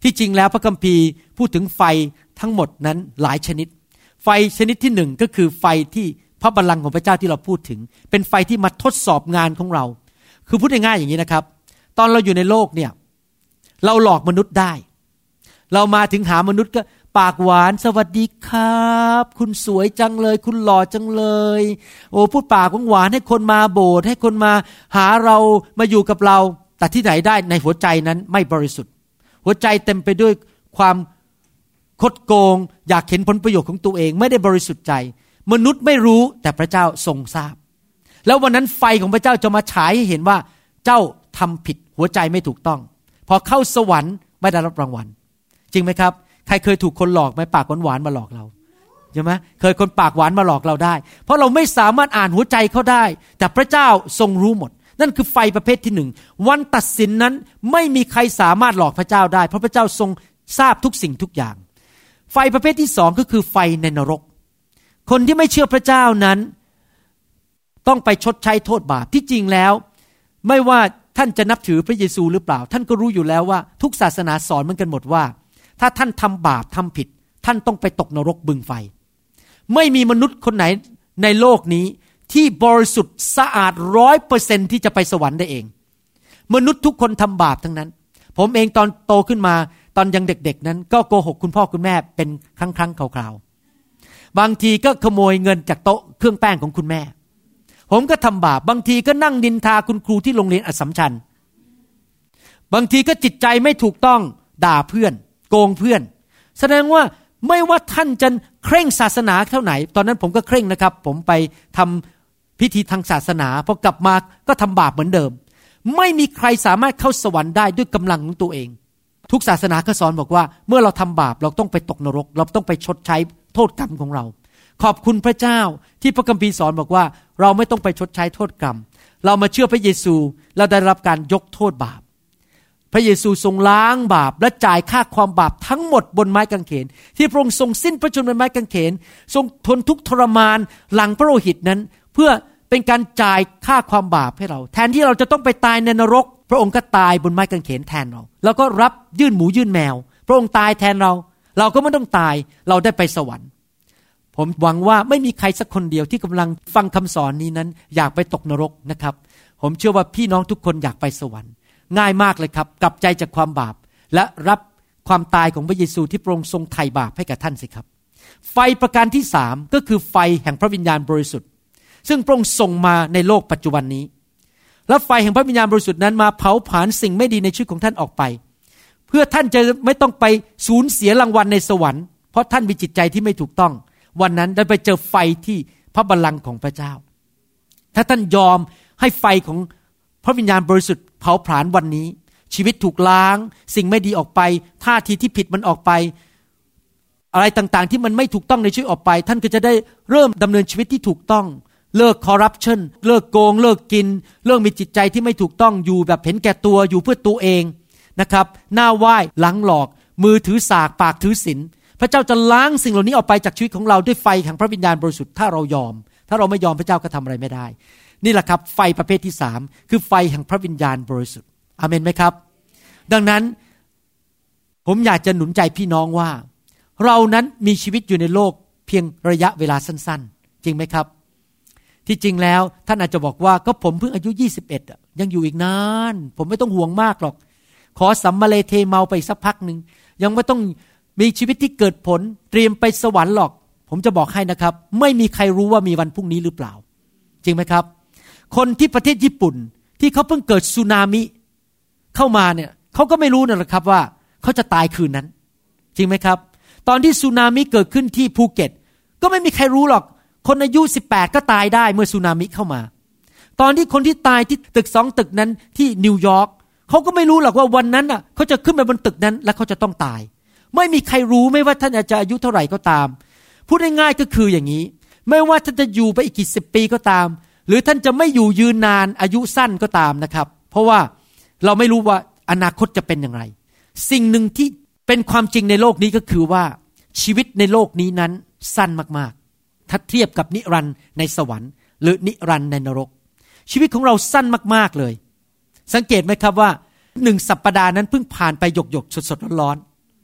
ที่จริงแล้วพระคัมภีร์พูดถึงไฟทั้งหมดนั้นหลายชนิดไฟชนิดที่หนึ่งก็คือไฟที่พระบัลลังก์ของพระเจ้าที่เราพูดถึงเป็นไฟที่มาทดสอบงานของเราคือพูดง่ายๆอย่างนี้นะครับตอนเราอยู่ในโลกเนี่ยเราหลอกมนุษย์ได้เรามาถึงหามนุษย์ก็ปากหวานสวัสดีครับคุณสวยจังเลยคุณหล่อจังเลยโอ้พูดปากหวานให้คนมาโบสถ์ให้คนมาหาเรามาอยู่กับเราแต่ที่ไหนได้ในหัวใจนั้นไม่บริสุทธิ์หัวใจเต็มไปด้วยความคดโกงอยากเห็นผลประโยชน์ของตัวเองไม่ได้บริสุทธิ์ใจมนุษย์ไม่รู้แต่พระเจ้าทรงทราบแล้ววันนั้นไฟของพระเจ้าจะมาฉายให้เห็นว่าเจ้าทำผิดหัวใจไม่ถูกต้องพอเข้าสวรรค์ไม่ได้รับรางวัลจริงไหมครับใครเคยถูกคนหลอกไหมปากหวานๆมาหลอกเราใช่ไหมเคยคนปากหวานมาหลอกเราได้เพราะเราไม่สามารถอ่านหัวใจเขาได้แต่พระเจ้าทรงรู้หมดนั่นคือไฟประเภทที่หนึ่งวันตัดสินนั้นไม่มีใครสามารถหลอกพระเจ้าได้เพราะพระเจ้าทรงทราบทุกสิ่งทุกอย่างไฟประเภทที่สองก็คือไฟในนรกคนที่ไม่เชื่อพระเจ้านั้นต้องไปชดใช้โทษบาปที่จริงแล้วไม่ว่าท่านจะนับถือพระเยซูหรือเปล่าท่านก็รู้อยู่แล้วว่าทุกศาสนาสอนเหมือนกันหมดว่าถ้าท่านทำบาปทำผิดท่านต้องไปตกนรกบึงไฟไม่มีมนุษย์คนไหนในโลกนี้ที่บริสุทธิ์สะอาด 100% ที่จะไปสวรรค์ได้เองมนุษย์ทุกคนทำบาปทั้งนั้นผมเองตอนโตขึ้นมาตอนยังเด็กๆนั้นก็โกหกคุณพ่อคุณแม่เป็นครั้งๆคราวๆบางทีก็ขโมยเงินจากโต๊ะเครื่องแป้งของคุณแม่ผมก็ทำบาปบางทีก็นั่งนินทาคุณครูที่โรงเรียนอัสสัมชัญบางทีก็จิตใจไม่ถูกต้องด่าเพื่อนโกงเพื่อนแสดงว่าไม่ว่าท่านจะเคร่งศาสนาเท่าไหนตอนนั้นผมก็เคร่งนะครับผมไปทำพิธีทางศาสนาพอกลับมาก็ทำบาปเหมือนเดิมไม่มีใครสามารถเข้าสวรรค์ได้ด้วยกำลังของตัวเองทุกศาสนาก็สอนบอกว่าเมื่อเราทำบาปเราต้องไปตกนรกเราต้องไปชดใช้โทษกรรมของเราขอบคุณพระเจ้าที่พระคัมภีร์สอนบอกว่าเราไม่ต้องไปชดใช้โทษกรรมเรามาเชื่อพระเยซูเราได้รับการยกโทษบาปพระเยซูทรงล้างบาปและจ่ายค่าความบาปทั้งหมดบนไม้กางเขนที่พระองค์ทรงสิ้นพระชนม์บนไม้กางเขนทรงทนทุกข์ทรมานหลังพระโลหิตนั้นเพื่อเป็นการจ่ายค่าความบาปให้เราแทนที่เราจะต้องไปตายในนรกพระองค์ก็ตายบนไม้กางเขนแทนเราแล้วก็รับยื่นหมูยื่นแมวพระองค์ตายแทนเราเราก็ไม่ต้องตายเราได้ไปสวรรค์ผมหวังว่าไม่มีใครสักคนเดียวที่กำลังฟังคำสอนนี้นั้นอยากไปตกนรกนะครับผมเชื่อว่าพี่น้องทุกคนอยากไปสวรรค์ง่ายมากเลยครับกลับใจจากความบาปและรับความตายของพระเยซูที่พระองค์ทรงไถ่บาปให้กับท่านสิครับไฟประการที่สามก็คือไฟแห่งพระวิญญาณบริสุทธิ์ซึ่งพระองค์ส่งมาในโลกปัจจุบันนี้และไฟแห่งพระวิญญาณบริสุทธิ์นั้นมาเผาผลาญสิ่งไม่ดีในชีวิตของท่านออกไปเพื่อท่านจะไม่ต้องไปสูญเสียรางวัลในสวรรค์เพราะท่านมีจิตใจที่ไม่ถูกต้องวันนั้นได้ไปเจอไฟที่พระบัลลังก์ของพระเจ้าถ้าท่านยอมให้ไฟของพระวิญญาณบริสุทธิ์เผาผลาญวันนี้ชีวิตถูกล้างสิ่งไม่ดีออกไปท่าทีที่ผิดมันออกไปอะไรต่างๆที่มันไม่ถูกต้องในชีวิตออกไปท่านก็จะได้เริ่มดำเนินชีวิตที่ถูกต้องเลิกคอร์รัปชันเลิกโกงเลิกกินเลิกมีจิตใจที่ไม่ถูกต้องอยู่แบบเห็นแก่ตัวอยู่เพื่อตัวเองนะครับหน้าไหว้หลังหลอกมือถือสากปากถือศีลพระเจ้าจะล้างสิ่งเหล่านี้ออกไปจากชีวิตของเราด้วยไฟแห่งพระวิญญาณบริสุทธิ์ถ้าเรายอมถ้าเราไม่ยอมพระเจ้าก็ทำอะไรไม่ได้นี่แหละครับไฟประเภทที่สามคือไฟแห่งพระวิญญาณบริสุทธิ์อาเมนไหมครับดังนั้นผมอยากจะหนุนใจพี่น้องว่าเรานั้นมีชีวิตอยู่ในโลกเพียงระยะเวลาสั้นๆจริงไหมครับที่จริงแล้วท่านอาจจะบอกว่าก็ผมเพิ่งอายุ21ยังอยู่อีกนานผมไม่ต้องห่วงมากหรอกขอสัมมาเลเทเมาไปสักพักนึงยังไม่ต้องมีชีวิตที่เกิดผลเตรียมไปสวรรค์หรอกผมจะบอกให้นะครับไม่มีใครรู้ว่ามีวันพรุ่งนี้หรือเปล่าจริงไหมครับคนที่ประเทศญี่ปุ่นที่เขาเพิ่งเกิดสึนามิเข้ามาเนี่ยเขาก็ไม่รู้นะครับว่าเขาจะตายคืนนั้นจริงไหมครับตอนที่สึนามิเกิดขึ้นที่ภูเก็ตก็ไม่มีใครรู้หรอกคนอายุ18ก็ตายได้เมื่อสึนามิเข้ามาตอนที่คนที่ตายที่ตึก2ตึกนั้นที่นิวยอร์กเขาก็ไม่รู้หรอกว่าวันนั้นน่ะเขาจะขึ้นไปบนตึกนั้นและเขาจะต้องตายไม่มีใครรู้ไม่ว่าท่านจะอายุเท่าไหร่ก็ตามพูดง่ายๆก็คืออย่างนี้ไม่ว่าท่านจะอยู่ไปอีกกี่สิบปีก็ตามหรือท่านจะไม่อยู่ยืนนานอายุสั้นก็ตามนะครับเพราะว่าเราไม่รู้ว่าอนาคตจะเป็นอย่างไรสิ่งหนึ่งที่เป็นความจริงในโลกนี้ก็คือว่าชีวิตในโลกนี้นั้นสั้นมากๆถ้าเทียบกับนิรันดร์ในสวรรค์หรือนิรันดร์ในนรกชีวิตของเราสั้นมากๆเลยสังเกตไหมครับว่า1สัปดาห์นั้นเพิ่งผ่านไปหยกๆสดๆร้อน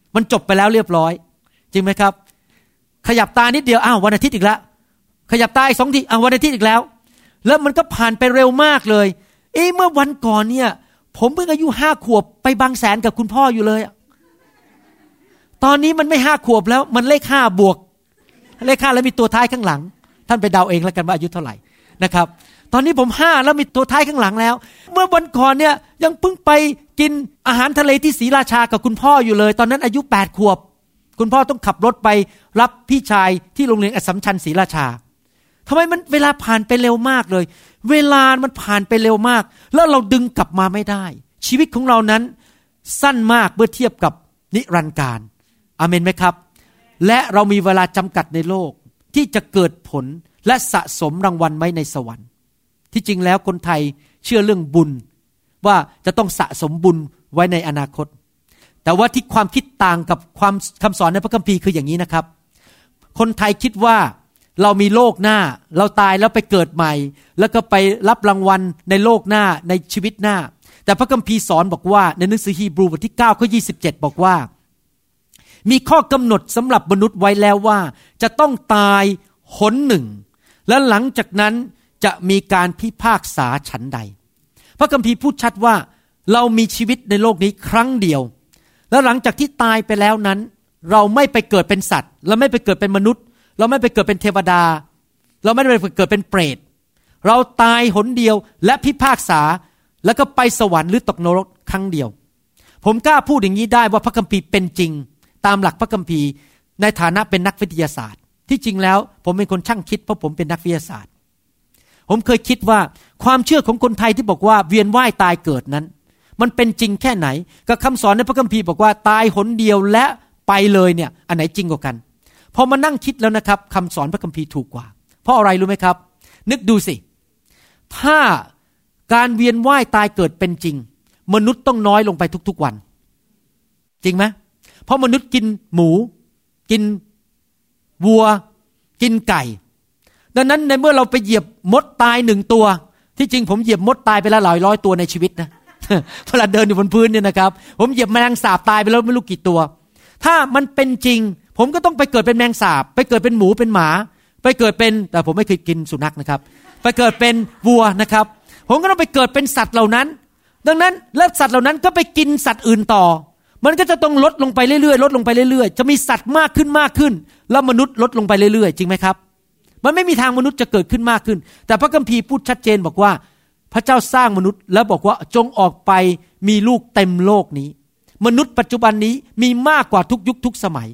มันจบไปแล้วเรียบร้อยจริงไหมครับขยับตานิดเดียวอ้าววันอาทิตย์อีกแล้วขยับตาอีก2 ทีอ้าววันอาทิตย์อีกแล้วแล้วมันก็ผ่านไปเร็วมากเลยเมื่อวันก่อนเนี่ยผมเพิ่งอายุ5 ขวบไปบางแสนกับคุณพ่ออยู่เลยตอนนี้มันไม่5 ขวบแล้วมันเลข5 บวกเลข5แล้วมีตัวท้ายข้างหลังท่านไปเดาเองแล้วกันว่าอายุเท่าไหร่นะครับตอนนี้ผม5แล้วมีตัวท้ายข้างหลังแล้วเมื่อวันก่อนเนี่ยยังเพิ่งไปกินอาหารทะเลที่ศรีราชากับคุณพ่ออยู่เลยตอนนั้นอายุ8 ขวบคุณพ่อต้องขับรถไปรับพี่ชายที่โรงเรียนอัสสัมชัญศรีราชาทำไมมันเวลาผ่านไปเร็วมากเลยเวลามันผ่านไปเร็วมากแล้วเราดึงกลับมาไม่ได้ชีวิตของเรานั้นสั้นมากเมื่อเทียบกับนิรันดร์กาลอาเมนไหมครับและเรามีเวลาจำกัดในโลกที่จะเกิดผลและสะสมรางวัลไว้ในสวรรค์ที่จริงแล้วคนไทยเชื่อเรื่องบุญว่าจะต้องสะสมบุญไว้ในอนาคตแต่ว่าที่ความคิดต่างกับคำสอนในพระคัมภีร์คืออย่างนี้นะครับคนไทยคิดว่าเรามีโลกหน้าเราตายแล้วไปเกิดใหม่แล้วก็ไปรับรางวัลในโลกหน้าในชีวิตหน้าแต่พระคัมภีร์สอนบอกว่าในหนังสือฮีบรูบทที่9 ข้อ 27บอกว่ามีข้อกำหนดสำหรับมนุษย์ไว้แล้วว่าจะต้องตายหนหนึ่งและหลังจากนั้นจะมีการพิพากษาฉันใดพระคัมภีร์พูดชัดว่าเรามีชีวิตในโลกนี้ครั้งเดียวแล้วหลังจากที่ตายไปแล้วนั้นเราไม่ไปเกิดเป็นสัตว์เราไม่ไปเกิดเป็นมนุษย์เราไม่ไปเกิดเป็นเทวดาเราไม่ได้ไปเกิดเป็นเปรตเราตายหนเดียวและพิพากษาแล้วก็ไปสวรรค์หรือตกนรกครั้งเดียวผมกล้าพูดอย่างนี้ได้ว่าพระคัมภีร์เป็นจริงตามหลักพระคัมภีร์ในฐานะเป็นนักวิทยาศาสตร์ที่จริงแล้วผมเป็นคนช่างคิดเพราะผมเป็นนักวิทยาศาสตร์ผมเคยคิดว่าความเชื่อของคนไทยที่บอกว่าเวียนว่ายตายเกิดนั้นมันเป็นจริงแค่ไหนกับคำสอนในพระคัมภีร์บอกว่าตายหนเดียวและไปเลยเนี่ยอันไหนจริงกว่ากันพอมานั่งคิดแล้วนะครับคำสอนพระคัมภีร์ถูกกว่าเพราะอะไรรู้ไหมครับนึกดูสิถ้าการเวียนว่ายตายเกิดเป็นจริงมนุษย์ต้องน้อยลงไปทุกๆวันจริงไหมเพราะมนุษย์กินหมูกินวัวกินไก่ดังนั้นในเมื่อเราไปเหยียบมดตาย1 ตัวที่จริงผมเหยียบมดตายไปแล้วหลายร้อยตัวในชีวิตนะ เวลาเดินอยู่บนพื้นเนี่ยนะครับผมเหยียบแมลงสาบตายไปแล้วไม่รู้กี่ตัวถ้ามันเป็นจริงผมก็ต้องไปเกิดเป็นแมลงสาบไปเกิดเป็นหมูเป็นหมาไปเกิดเป็นแต่ผมไม่เคยกินสุนัขนะครับไปเกิดเป็นวัวนะครับผมก็ต้องไปเกิดเป็นสัตว์เหล่านั้นดังนั้นแล้วสัตว์เหล่านั้นก็ไปกินสัตว์อื่นต่อมันก็จะต้องลดลงไปเรื่อยๆลดลงไปเรื่อยๆจะมีสัตว์มากขึ้นมากขึ้นแล้วมนุษย์ลดลงไปเรื่อยๆจริงไหมครับมันไม่มีทางมนุษย์จะเกิดขึ้นมากขึ้นแต่พระคัมภีร์พูดชัดเจนบอกว่าพระเจ้าสร้างมนุษย์แล้วบอกว่าจงออกไปมีลูกเต็มโลกนี้มนุษย์ปัจจุบันนี้มีมากกว่าทุกยุคทุกสมัย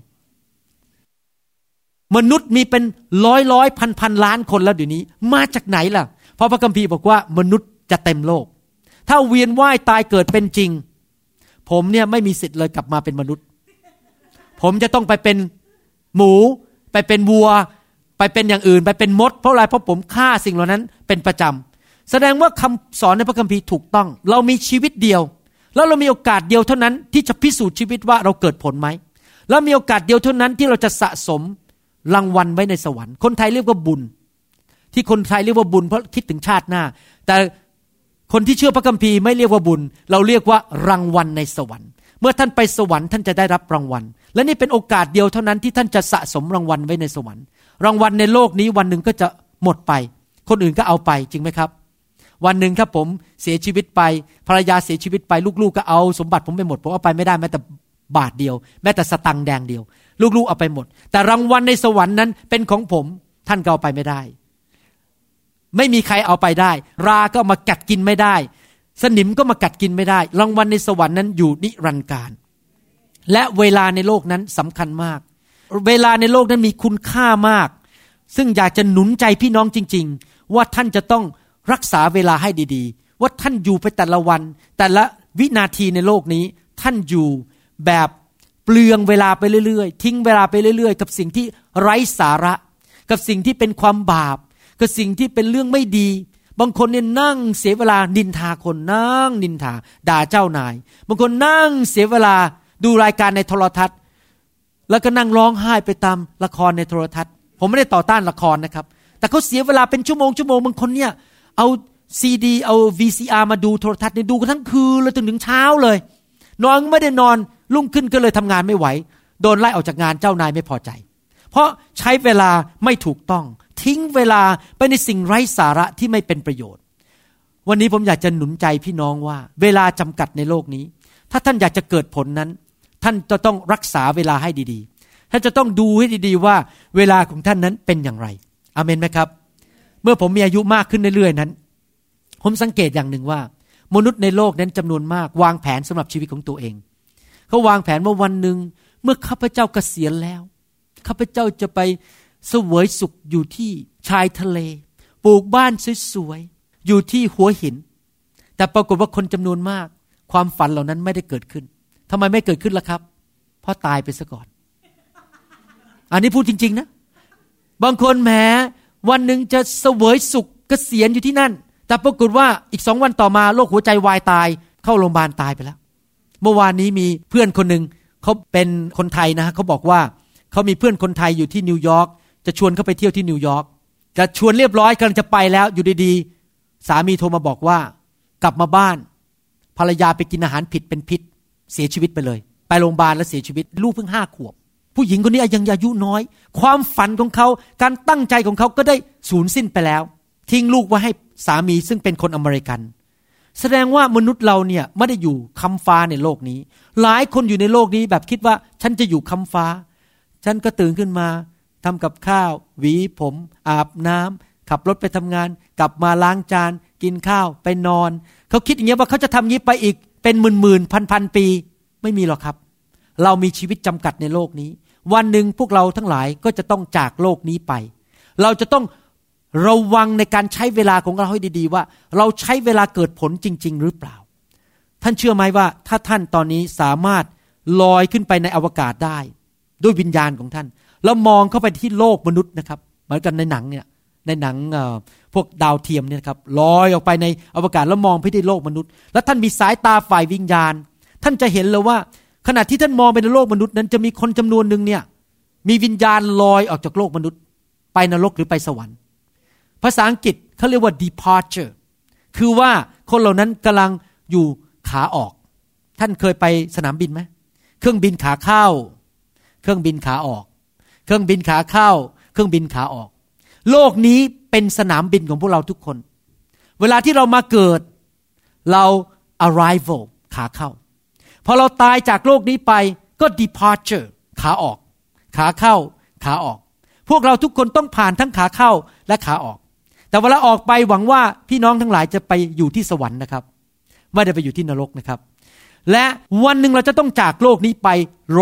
มนุษย์มีเป็นร้อยพันล้านคนแล้วเดี๋ยวนี้มาจากไหนล่ะเพราะพระคัมภีร์บอกว่ามนุษย์จะเต็มโลกถ้าเวียนว่ายตายเกิดเป็นจริงผมเนี่ยไม่มีสิทธิ์เลยกลับมาเป็นมนุษย์ผมจะต้องไปเป็นหมูไปเป็นวัวไปเป็นอย่างอื่นไปเป็นมดเพราะอะไรเพราะผมฆ่าสิ่งเหล่านั้นเป็นประจำแสดงว่าคำสอนในพระคัมภีร์ถูกต้องเรามีชีวิตเดียวแล้วเรามีโอกาสเดียวเท่านั้นที่จะพิสูจน์ชีวิตว่าเราเกิดผลไหมแล้วมีโอกาสเดียวเท่านั้นที่เราจะสะสมรางวัลไว้ในสวรรค์คนไทยเรียกว่าบุญที่คนไทยเรียกว่าบุญเพราะคิดถึงชาติหน้าแต่คนที่เชื่อพระคัมภีร์ไม่เรียกว่าบุญเราเรียกว่ารางวัลในสวรรค์เมื่อท่านไปสวรรค์ท่านจะได้รับรางวัลและนี่เป็นโอกาสเดียวเท่านั้นที่ท่านจะสะสมรางวัลไว้ในสวรรค์รางวัลในโลกนี้วันหนึ่งก็จะหมดไปคนอื่นก็เอาไปจริงไหมครับวันหนึ่งครับผมเสียชีวิตไปภรรยาเสียชีวิตไปลูกๆก็เอาสมบัติผมไปหมดผมเอาไปไม่ได้แม้แต่บาทเดียวแม้แต่สตังค์แดงเดียวลูกๆเอาไปหมดแต่รางวัลในสวรรค์นั้นเป็นของผมท่านก็เอาไปไม่ได้ไม่มีใครเอาไปได้ราก็มากัดกินไม่ได้สนิมก็มากัดกินไม่ได้รางวัลในสวรรค์นั้นอยู่นิรันดร์กาลและเวลาในโลกนั้นสำคัญมากเวลาในโลกนั้นมีคุณค่ามากซึ่งอยากจะหนุนใจพี่น้องจริงๆว่าท่านจะต้องรักษาเวลาให้ดีๆว่าท่านอยู่ไปแต่ละวันแต่ละวินาทีในโลกนี้ท่านอยู่แบบเปลืองเวลาไปเรื่อยๆทิ้งเวลาไปเรื่อยๆกับสิ่งที่ไร้สาระกับสิ่งที่เป็นความบาปกับสิ่งที่เป็นเรื่องไม่ดีบางคนเนี่ยนั่งเสียเวลานินทาคนนั่งนินทาด่าเจ้านายบางคนนั่งเสียเวลาดูรายการในโทรทัศน์แล้วก็นั่งร้องไห้ไปตามละครในโทรทัศน์ผมไม่ได้ต่อต้านละครนะครับแต่เขาเสียเวลาเป็นชั่วโมงบางคนเนี่ยเอาซีดีเอา VCR มาดูโทรทัศน์เนี่ยดูกันทั้งคืนเลยจนถึงเช้าเลยนอนไม่ได้นอนรุ่งขึ้นก็เลยทำงานไม่ไหวโดนไล่ออกจากงานเจ้านายไม่พอใจเพราะใช้เวลาไม่ถูกต้องทิ้งเวลาไปในสิ่งไร้สาระที่ไม่เป็นประโยชน์วันนี้ผมอยากจะหนุนใจพี่น้องว่าเวลาจำกัดในโลกนี้ถ้าท่านอยากจะเกิดผลนั้นท่านจะต้องรักษาเวลาให้ดีๆท่านจะต้องดูให้ดีๆว่าเวลาของท่านนั้นเป็นอย่างไรอาเมนไหมครับเมื่อผมมีอายุมากขึ้นเรื่อยๆนั้นผมสังเกตอย่างหนึ่งว่ามนุษย์ในโลกนั้นจำนวนมากวางแผนสำหรับชีวิตของตัวเองเขาวางแผนว่าวันหนึ่งเมื่อข้าพเจ้าเกษียณแล้วข้าพเจ้าจะไปเสวยสุขอยู่ที่ชายทะเลปลูกบ้านสวยๆอยู่ที่หัวหินแต่ปรากฏว่าคนจำนวนมากความฝันเหล่านั้นไม่ได้เกิดขึ้นทำไมไม่เกิดขึ้นล่ะครับเพราะตายไปซะก่อนอันนี้พูดจริงๆนะบางคนแหมวันหนึ่งจะเสวยสุขเกษียณอยู่ที่นั่นแต่ปรากฏว่าอีก2 วันต่อมาโรคหัวใจวายตายเข้าโรงพยาบาลตายไปแล้วเมื่อวานนี้มีเพื่อนคนหนึ่งเขาเป็นคนไทยนะเขาบอกว่าเขามีเพื่อนคนไทยอยู่ที่นิวยอร์กจะชวนเขาไปเที่ยวที่นิวยอร์กจะชวนเรียบร้อยกำลังจะไปแล้วอยู่ดีๆสามีโทรมาบอกว่ากลับมาบ้านภรรยาไปกินอาหารผิดเป็นพิษเสียชีวิตไปเลยไปโรงพยาบาลแล้วเสียชีวิตลูกเพิ่ง5 ขวบผู้หญิงคนนี้ยังอายุน้อยความฝันของเขาการตั้งใจของเขาก็ได้สูญสิ้นไปแล้วทิ้งลูกไว้ให้สามีซึ่งเป็นคนอเมริกันแสดงว่ามนุษย์เราเนี่ยไม่ได้อยู่ค้ำฟ้าในโลกนี้หลายคนอยู่ในโลกนี้แบบคิดว่าฉันจะอยู่ค้ำฟ้าฉันก็ตื่นขึ้นมาทำกับข้าวหวีผมอาบน้ำขับรถไปทำงานกลับมาล้างจานกินข้าวไปนอนเขาคิดอย่างเงี้ยว่าเขาจะทำอย่างนี้ไปอีกเป็นหมื่นๆพันๆปีไม่มีหรอกครับเรามีชีวิตจำกัดในโลกนี้วันหนึ่งพวกเราทั้งหลายก็จะต้องจากโลกนี้ไปเราจะต้องระวังในการใช้เวลาของเราให้ดีๆว่าเราใช้เวลาเกิดผลจริงๆหรือเปล่าท่านเชื่อไหมว่าถ้าท่านตอนนี้สามารถลอยขึ้นไปในอวกาศได้ด้วยวิญญาณของท่านแล้วมองเข้าไปที่โลกมนุษย์นะครับเหมือนกันในหนังเนี่ยในหนังพวกดาวเทียมเนี่ยครับลอยออกไปในอวกาศแล้วมองไปที่โลกมนุษย์แล้วท่านมีสายตาฝ่ายวิญญาณท่านจะเห็นเลยว่าขณะที่ท่านมองไปในโลกมนุษย์นั้นจะมีคนจำนวนหนึ่งเนี่ยมีวิญญาณลอยออกจากโลกมนุษย์ไปนรกหรือไปสวรรค์ภาษาอังกฤษเขาเรียกว่า departure คือว่าคนเหล่านั้นกำลังอยู่ขาออกท่านเคยไปสนามบินไหมเครื่องบินขาเข้าเครื่องบินขาออกเครื่องบินขาเข้าเครื่องบินขาออกโลกนี้เป็นสนามบินของพวกเราทุกคนเวลาที่เรามาเกิดเรา arrival ขาเข้าพอเราตายจากโลกนี้ไปก็ departure ขาออกขาเข้าขาออกพวกเราทุกคนต้องผ่านทั้งขาเข้าและขาออกแต่เวลาออกไปหวังว่าพี่น้องทั้งหลายจะไปอยู่ที่สวรรค์นะครับไม่ได้ไปอยู่ที่นรกนะครับและวันหนึ่งเราจะต้องจากโลกนี้ไป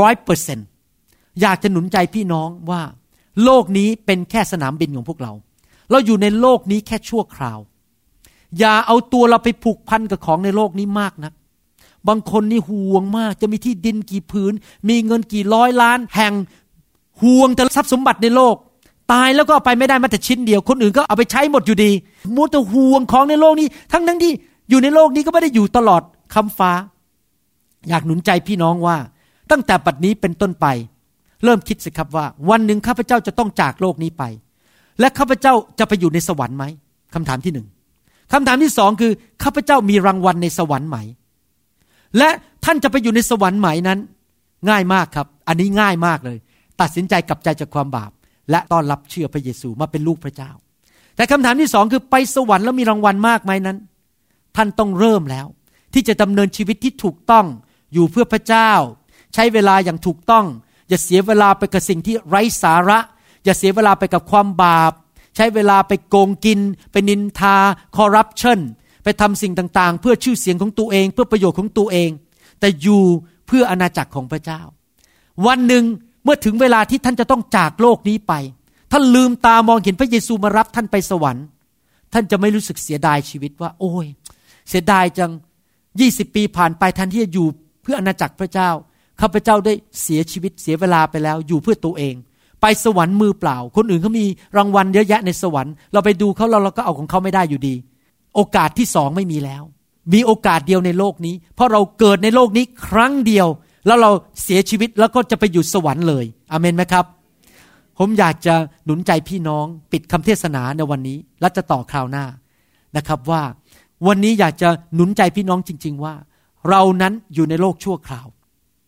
100% อยากจะหนุนใจพี่น้องว่าโลกนี้เป็นแค่สนามบินของพวกเราเราอยู่ในโลกนี้แค่ชั่วคราวอย่าเอาตัวเราไปผูกพันกับของในโลกนี้มากนักบางคนนี่ห่วงมากจะมีที่ดินกี่ผืนมีเงินกี่ร้อยล้านแห่งห่วงแต่ทรัพย์สมบัติในโลกตายแล้วก็เอาไปไม่ได้แม้แต่ชิ้นเดียวคนอื่นก็เอาไปใช้หมดอยู่ดีมัวแต่ห่วงของในโลกนี้ทั้งที่อยู่ในโลกนี้ก็ไม่ได้อยู่ตลอดค้ำฟ้าอยากหนุนใจพี่น้องว่าตั้งแต่บัดนี้เป็นต้นไปเริ่มคิดสิครับว่าวันหนึ่งข้าพเจ้าจะต้องจากโลกนี้ไปและข้าพเจ้าจะไปอยู่ในสวรรค์ไหมคำถามที่1คำถามที่2คือข้าพเจ้ามีรางวัลในสวรรค์ไหมและท่านจะไปอยู่ในสวรรค์ไหมนั้นง่ายมากครับอันนี้ง่ายมากเลยตัดสินใจกลับใจจากความบาปและต้อนรับเชื่อพระเยซูมาเป็นลูกพระเจ้าแต่คำถามที่2คือไปสวรรค์แล้วมีรางวัลมากไหมนั้นท่านต้องเริ่มแล้วที่จะดำเนินชีวิตที่ถูกต้องอยู่เพื่อพระเจ้าใช้เวลาอย่างถูกต้องอย่าเสียเวลาไปกับสิ่งที่ไร้สาระอย่าเสียเวลาไปกับความบาปใช้เวลาไปโกงกินไปนินทาคอร์รัปชันไปทำสิ่งต่างๆเพื่อชื่อเสียงของตัวเองเพื่อประโยชน์ของตัวเองแต่อยู่เพื่ออาณาจักรของพระเจ้าวันหนึ่งเมื่อถึงเวลาที่ท่านจะต้องจากโลกนี้ไปท่านลืมตามองเห็นพระเยซูมารับท่านไปสวรรค์ท่านจะไม่รู้สึกเสียดายชีวิตว่าโอ้ยเสียดายจัง20 ปีผ่านไปแทนที่จะอยู่เพื่ออาณาจักรพระเจ้าข้าพเจ้าได้เสียชีวิตเสียเวลาไปแล้วอยู่เพื่อตัวเองไปสวรรค์มือเปล่าคนอื่นเขามีรางวัลเยอะแยะในสวรรค์เราไปดูเขาเราก็เอาของเขาไม่ได้อยู่ดีโอกาสที่2ไม่มีแล้วมีโอกาสเดียวในโลกนี้เพราะเราเกิดในโลกนี้ครั้งเดียวแล้วเราเสียชีวิตแล้วก็จะไปอยู่สวรรค์เลยอาเมนไหมครับผมอยากจะหนุนใจพี่น้องปิดคำเทศนาในวันนี้และจะต่อคราวหน้านะครับว่าวันนี้อยากจะหนุนใจพี่น้องจริงๆว่าเรานั้นอยู่ในโลกชั่วคราว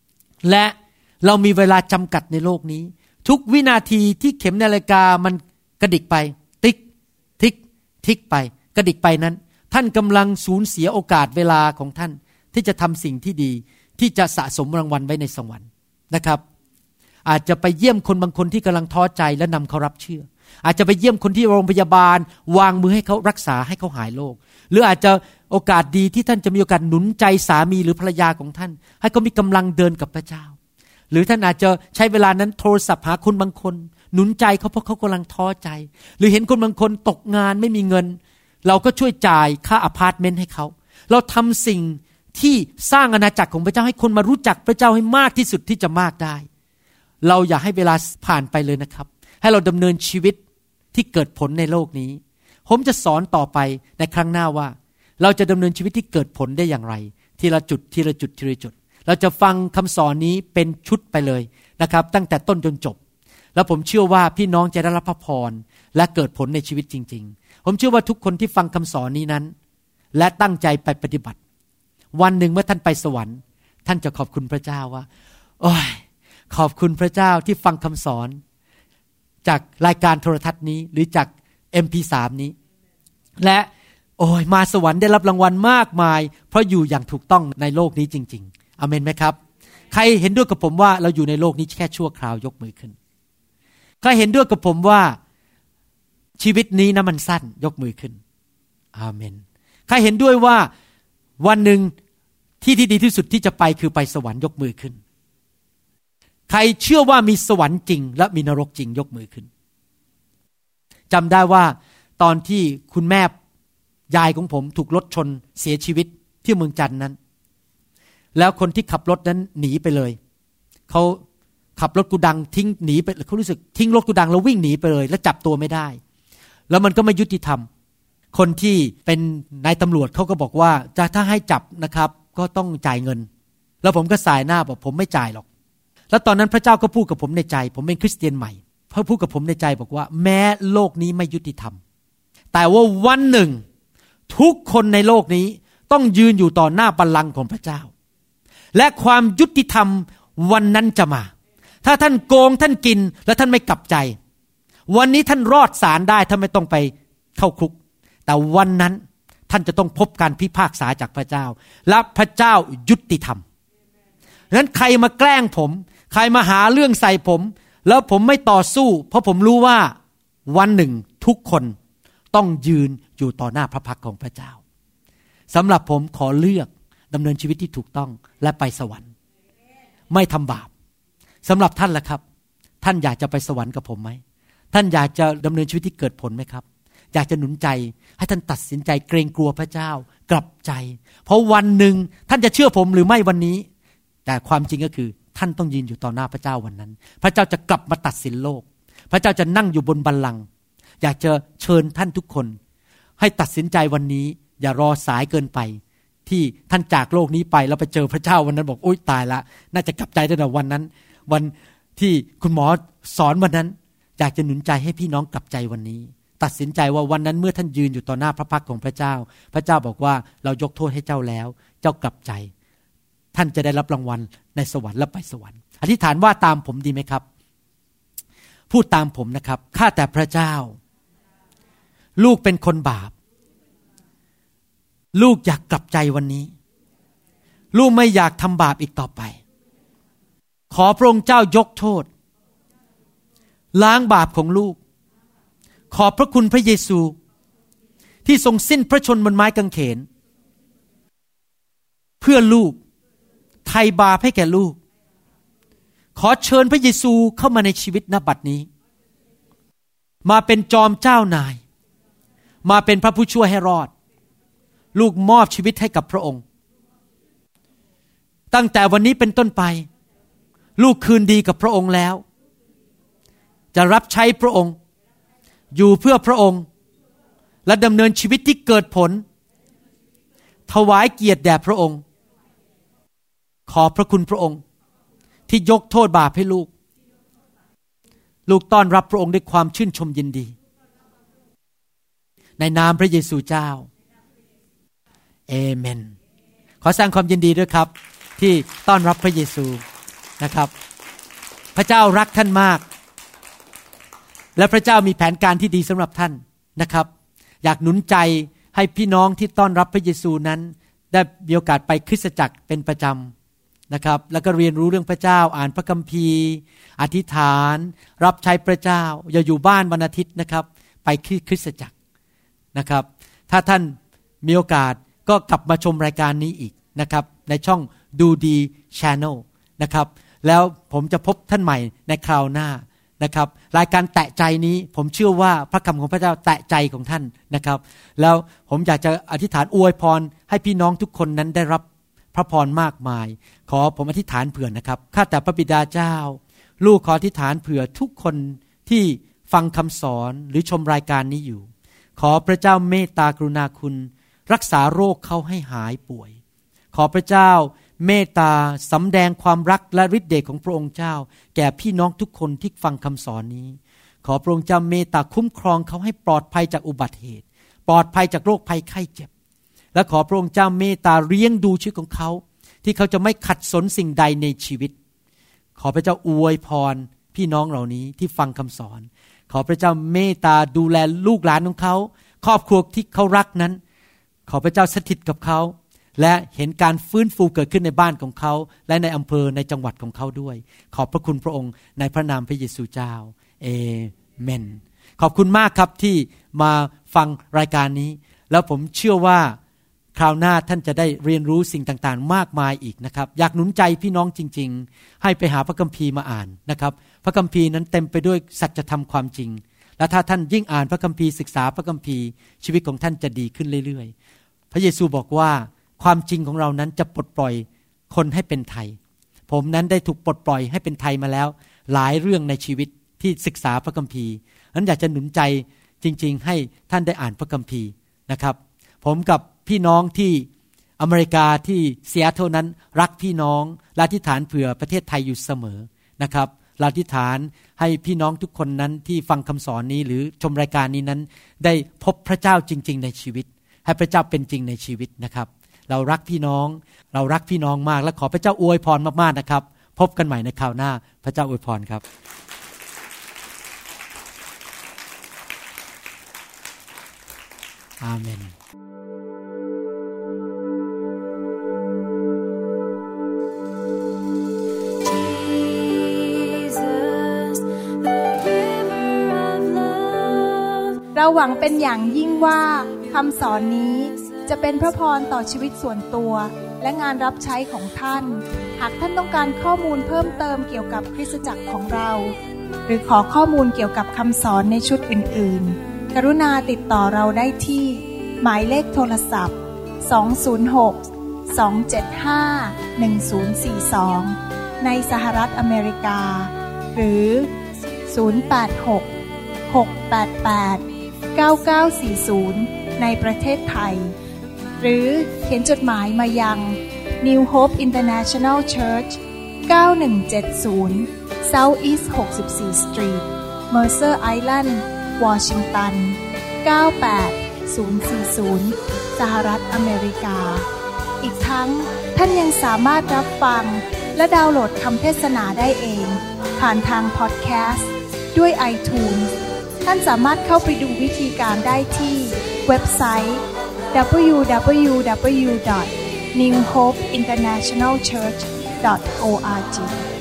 และเรามีเวลาจำกัดในโลกนี้ทุกวินาทีที่เข็มนาฬิกามันกระดิกไปติ๊กทิกทิกไปกระดิกไปนั้นท่านกำลังสูญเสียโอกาสเวลาของท่านที่จะทำสิ่งที่ดีที่จะสะสมรางวัลไว้ในสวรรค์นะครับอาจจะไปเยี่ยมคนบางคนที่กำลังท้อใจและนำเขารับเชื่ออาจจะไปเยี่ยมคนที่โรงพยาบาลวางมือให้เขารักษาให้เขาหายโรคหรืออาจจะโอกาสดีที่ท่านจะมีโอกาสหนุนใจสามีหรือภรรยาของท่านให้เขามีกำลังเดินกับพระเจ้าหรือท่านอาจจะใช้เวลานั้นโทรศัพท์หาคนบางคนหนุนใจเขาเพราะเขากำลังท้อใจหรือเห็นคนบางคนตกงานไม่มีเงินเราก็ช่วยจ่ายค่าอพาร์ตเมนต์ให้เขาเราทำสิ่งที่สร้างอาณาจักรของพระเจ้าให้คนมารู้จักพระเจ้าให้มากที่สุดที่จะมากได้เราอย่าให้เวลาผ่านไปเลยนะครับให้เราดำเนินชีวิตที่เกิดผลในโลกนี้ผมจะสอนต่อไปในครั้งหน้าว่าเราจะดำเนินชีวิตที่เกิดผลได้อย่างไรทีละจุดทีละจุดทีละจุดเราจะฟังคำสอนนี้เป็นชุดไปเลยนะครับตั้งแต่ต้นจนจบแล้วผมเชื่อว่าพี่น้องจะได้รับพระพรและเกิดผลในชีวิตจริงๆผมเชื่อว่าทุกคนที่ฟังคำสอนนี้นั้นและตั้งใจไปปฏิบัติวันหนึ่งเมื่อท่านไปสวรรค์ท่านจะขอบคุณพระเจ้าว่าโอ้ยขอบคุณพระเจ้าที่ฟังคำสอนจากรายการโทรทัศน์นี้หรือจาก MP3 นี้และโอ้ยมาสวรรค์ได้รับรางวัลมากมายเพราะอยู่อย่างถูกต้องในโลกนี้จริงๆอาเมนไหมครับใครเห็นด้วยกับผมว่าเราอยู่ในโลกนี้แค่ชั่วคราวยกมือขึ้นใครเห็นด้วยกับผมว่าชีวิตนี้นะมันสั้นยกมือขึ้นอาเมนใครเห็นด้วยว่าวันหนึ่งที่ดีที่สุดที่จะไปคือไปสวรรค์ยกมือขึ้นใครเชื่อว่ามีสวรรค์จริงและมีนรกจริงยกมือขึ้นจำได้ว่าตอนที่คุณแม่ยายของผมถูกรถชนเสียชีวิตที่เมืองจันทน์นั้นแล้วคนที่ขับรถนั้นหนีไปเลยเขาขับรถกูดังทิ้งหนีไปเขารู้สึกทิ้งรถกูดังแล้ววิ่งหนีไปเลยแล้วจับตัวไม่ได้แล้วมันก็ไม่ยุติธรรมคนที่เป็นนายตำรวจเขาก็บอกว่าถ้าให้จับนะครับก็ต้องจ่ายเงินแล้วผมก็สายหน้าบอกผมไม่จ่ายหรอกแล้วตอนนั้นพระเจ้าก็พูดกับผมในใจผมเป็นคริสเตียนใหม่พระพูดกับผมในใจบอกว่าแม้โลกนี้ไม่ยุติธรรมแต่ว่าวันหนึ่งทุกคนในโลกนี้ต้องยืนอยู่ต่อหน้าบัลลังก์ของพระเจ้าและความยุติธรรมวันนั้นจะมาถ้าท่านโกงท่านกินและท่านไม่กลับใจวันนี้ท่านรอดศาลได้ท่านไม่ต้องไปเข้าคุกแต่วันนั้นท่านจะต้องพบการพิพากษาจากพระเจ้าและพระเจ้ายุติธรรมดังนั้นใครมาแกล้งผมใครมาหาเรื่องใส่ผมแล้วผมไม่ต่อสู้เพราะผมรู้ว่าวันหนึ่งทุกคนต้องยืนอยู่ต่อหน้าพระพักตร์ของพระเจ้าสำหรับผมขอเลือกดำเนินชีวิตที่ถูกต้องและไปสวรรค์ไม่ทำบาปสำหรับท่านล่ะครับท่านอยากจะไปสวรรค์กับผมไหมท่านอยากจะดำเนินชีวิตที่เกิดผลไหมครับอยากจะหนุนใจให้ท่านตัดสินใจเกรงกลัวพระเจ้ากลับใจเพราะวันหนึ่งท่านจะเชื่อผมหรือไม่วันนี้แต่ความจริงก็คือท่านต้องยืนอยู่ต่อหน้าพระเจ้าวันนั้นพระเจ้าจะกลับมาตัดสินโลกพระเจ้าจะนั่งอยู่บนบัลลังก์อยากจะเชิญท่านทุกคนให้ตัดสินใจวันนี้อย่ารอสายเกินไปที่ท่านจากโลกนี้ไปแล้วไปเจอพระเจ้าวันนั้นบอกโอ๊ยตายละน่าจะกลับใจตั้งแต่วันนั้นวันที่คุณหมอสอนวันนั้นอยากจะหนุนใจให้พี่น้องกลับใจวันนี้ตัดสินใจว่าวันนั้นเมื่อท่านยืนอยู่ต่อหน้าพระพักตร์ของพระเจ้าพระเจ้าบอกว่าเรายกโทษให้เจ้าแล้วเจ้ากลับใจท่านจะได้รับรางวัลในสวรรค์และไปสวรรค์อธิษฐานว่าตามผมดีไหมครับพูดตามผมนะครับข้าแต่พระเจ้าลูกเป็นคนบาปลูกอยากกลับใจวันนี้ลูกไม่อยากทำบาปอีกต่อไปขอพระองค์เจ้ายกโทษล้างบาปของลูกขอบพระคุณพระเยซูที่ทรงสิ้นพระชนม์บนไม้กางเขนเพื่อลูกไถ่บาปให้แก่ลูกขอเชิญพระเยซูเข้ามาในชีวิตณบัดนี้มาเป็นจอมเจ้านายมาเป็นพระผู้ช่วยให้รอดลูกมอบชีวิตให้กับพระองค์ตั้งแต่วันนี้เป็นต้นไปลูกคืนดีกับพระองค์แล้วจะรับใช้พระองค์อยู่เพื่อพระองค์และดำเนินชีวิตที่เกิดผลถวายเกียรติแด่พระองค์ขอบพระคุณพระองค์ที่ยกโทษบาปให้ลูกลูกต้อนรับพระองค์ด้วยความชื่นชมยินดีในนามพระเยซูเจ้าเอเมนขอแสดงความยินดีด้วยครับที่ต้อนรับพระเยซูนะครับพระเจ้ารักท่านมากและพระเจ้ามีแผนการที่ดีสำหรับท่านนะครับอยากหนุนใจให้พี่น้องที่ต้อนรับพระเยซูนั้นได้มีโอกาสไปคริสตจักรเป็นประจำนะครับแล้วก็เรียนรู้เรื่องพระเจ้าอ่านพระคัมภีร์อธิษฐานรับใช้พระเจ้าอย่าอยู่บ้านวันอาทิตย์นะครับไปคริสตจักรนะครับถ้าท่านมีโอกาสก็กลับมาชมรายการนี้อีกนะครับในช่องดูดี Channel นะครับแล้วผมจะพบท่านใหม่ในคราวหน้านะครับรายการแตะใจนี้ผมเชื่อว่าพระคำของพระเจ้าแตะใจของท่านนะครับแล้วผมอยากจะอธิษฐานอวยพรให้พี่น้องทุกคนนั้นได้รับพระพรมากมายขอผมอธิษฐานเผื่อนะครับข้าแต่พระบิดาเจ้าลูกขออธิษฐานเผื่อทุกคนที่ฟังคำสอนหรือชมรายการนี้อยู่ขอพระเจ้าเมตตากรุณาคุณรักษาโรคเขาให้หายป่วยขอพระเจ้าเมตตาสำแดงความรักและฤทธิ์เดชของพระองค์เจ้าแก่พี่น้องทุกคนที่ฟังคำสอนนี้ขอพระองค์เจ้าเมตตาคุ้มครองเขาให้ปลอดภัยจากอุบัติเหตุปลอดภัยจากโรคภัยไข้เจ็บและขอพระองค์เจ้าเมตตาเลี้ยงดูชีวิตของเขาที่เขาจะไม่ขัดสนสิ่งใดในชีวิตขอพระเจ้าอวยพรพี่น้องเหล่านี้ที่ฟังคำสอนขอพระเจ้าเมตตาดูแลลูกหลานของเขาครอบครัวที่เขารักนั้นขอพระเจ้าสถิตกับเขาและเห็นการฟื้นฟูเกิดขึ้นในบ้านของเขาและในอำเภอในจังหวัดของเขาด้วยขอบพระคุณพระองค์ในพระนามพระเยซูเจ้าเอเมนขอบคุณมากครับที่มาฟังรายการนี้แล้วผมเชื่อว่าคราวหน้าท่านจะได้เรียนรู้สิ่งต่างๆมากมายอีกนะครับอยากหนุนใจพี่น้องจริงๆให้ไปหาพระคัมภีร์มาอ่านนะครับพระคัมภีร์นั้นเต็มไปด้วยสัจธรรมความจริงและถ้าท่านยิ่งอ่านพระคัมภีร์ศึกษาพระคัมภีร์ชีวิตของท่านจะดีขึ้นเรื่อยๆพระเยซูบอกว่าความจริงของเรานั้นจะปลดปล่อยคนให้เป็นไทยผมนั้นได้ถูกปลดปล่อยให้เป็นไทยมาแล้วหลายเรื่องในชีวิตที่ศึกษาพระคัมภีร์นั้นอยากจะหนุนใจจริงๆให้ท่านได้อ่านพระคัมภีร์นะครับผมกับพี่น้องที่อเมริกาที่ซีแอตเทิลนั้นรักพี่น้องและอธิษฐานเผื่อประเทศไทยอยู่เสมอนะครับอธิษฐานให้พี่น้องทุกคนนั้นที่ฟังคำสอนนี้หรือชมรายการนี้นั้นได้พบพระเจ้าจริงๆในชีวิตให้พระเจ้าเป็นจริงในชีวิตนะครับเรารักพี่น้องมากและขอพระเจ้าอวยพรมากๆนะครับพบกันใหม่ในคราวหน้าพระเจ้าอวยพรครับอาเมนเราหวังเป็นอย่างยิ่งว่าคำสอนนี้จะเป็นพระพรต่อชีวิตส่วนตัวและงานรับใช้ของท่านหากท่านต้องการข้อมูลเพิ่มเติมเกี่ยวกับคริสตจักรของเราหรือขอข้อมูลเกี่ยวกับคำสอนในชุดอื่นๆกรุณาติดต่อเราได้ที่หมายเลขโทรศัพท์206-275-1042ในสหรัฐอเมริกาหรือ086-688-9940ในประเทศไทยหรือเขียนจดหมายมายัง New Hope International Church 9170 South East 64 Street Mercer Island Washington 98040 สหรัฐอเมริกาอีกทั้งท่านยังสามารถรับฟังและดาวน์โหลดคำเทศนาได้เองผ่านทางพอดแคสต์ด้วย iTunes ท่านสามารถเข้าไปดูวิธีการได้ที่เว็บไซต์ www.newhopeinternationalchurch.org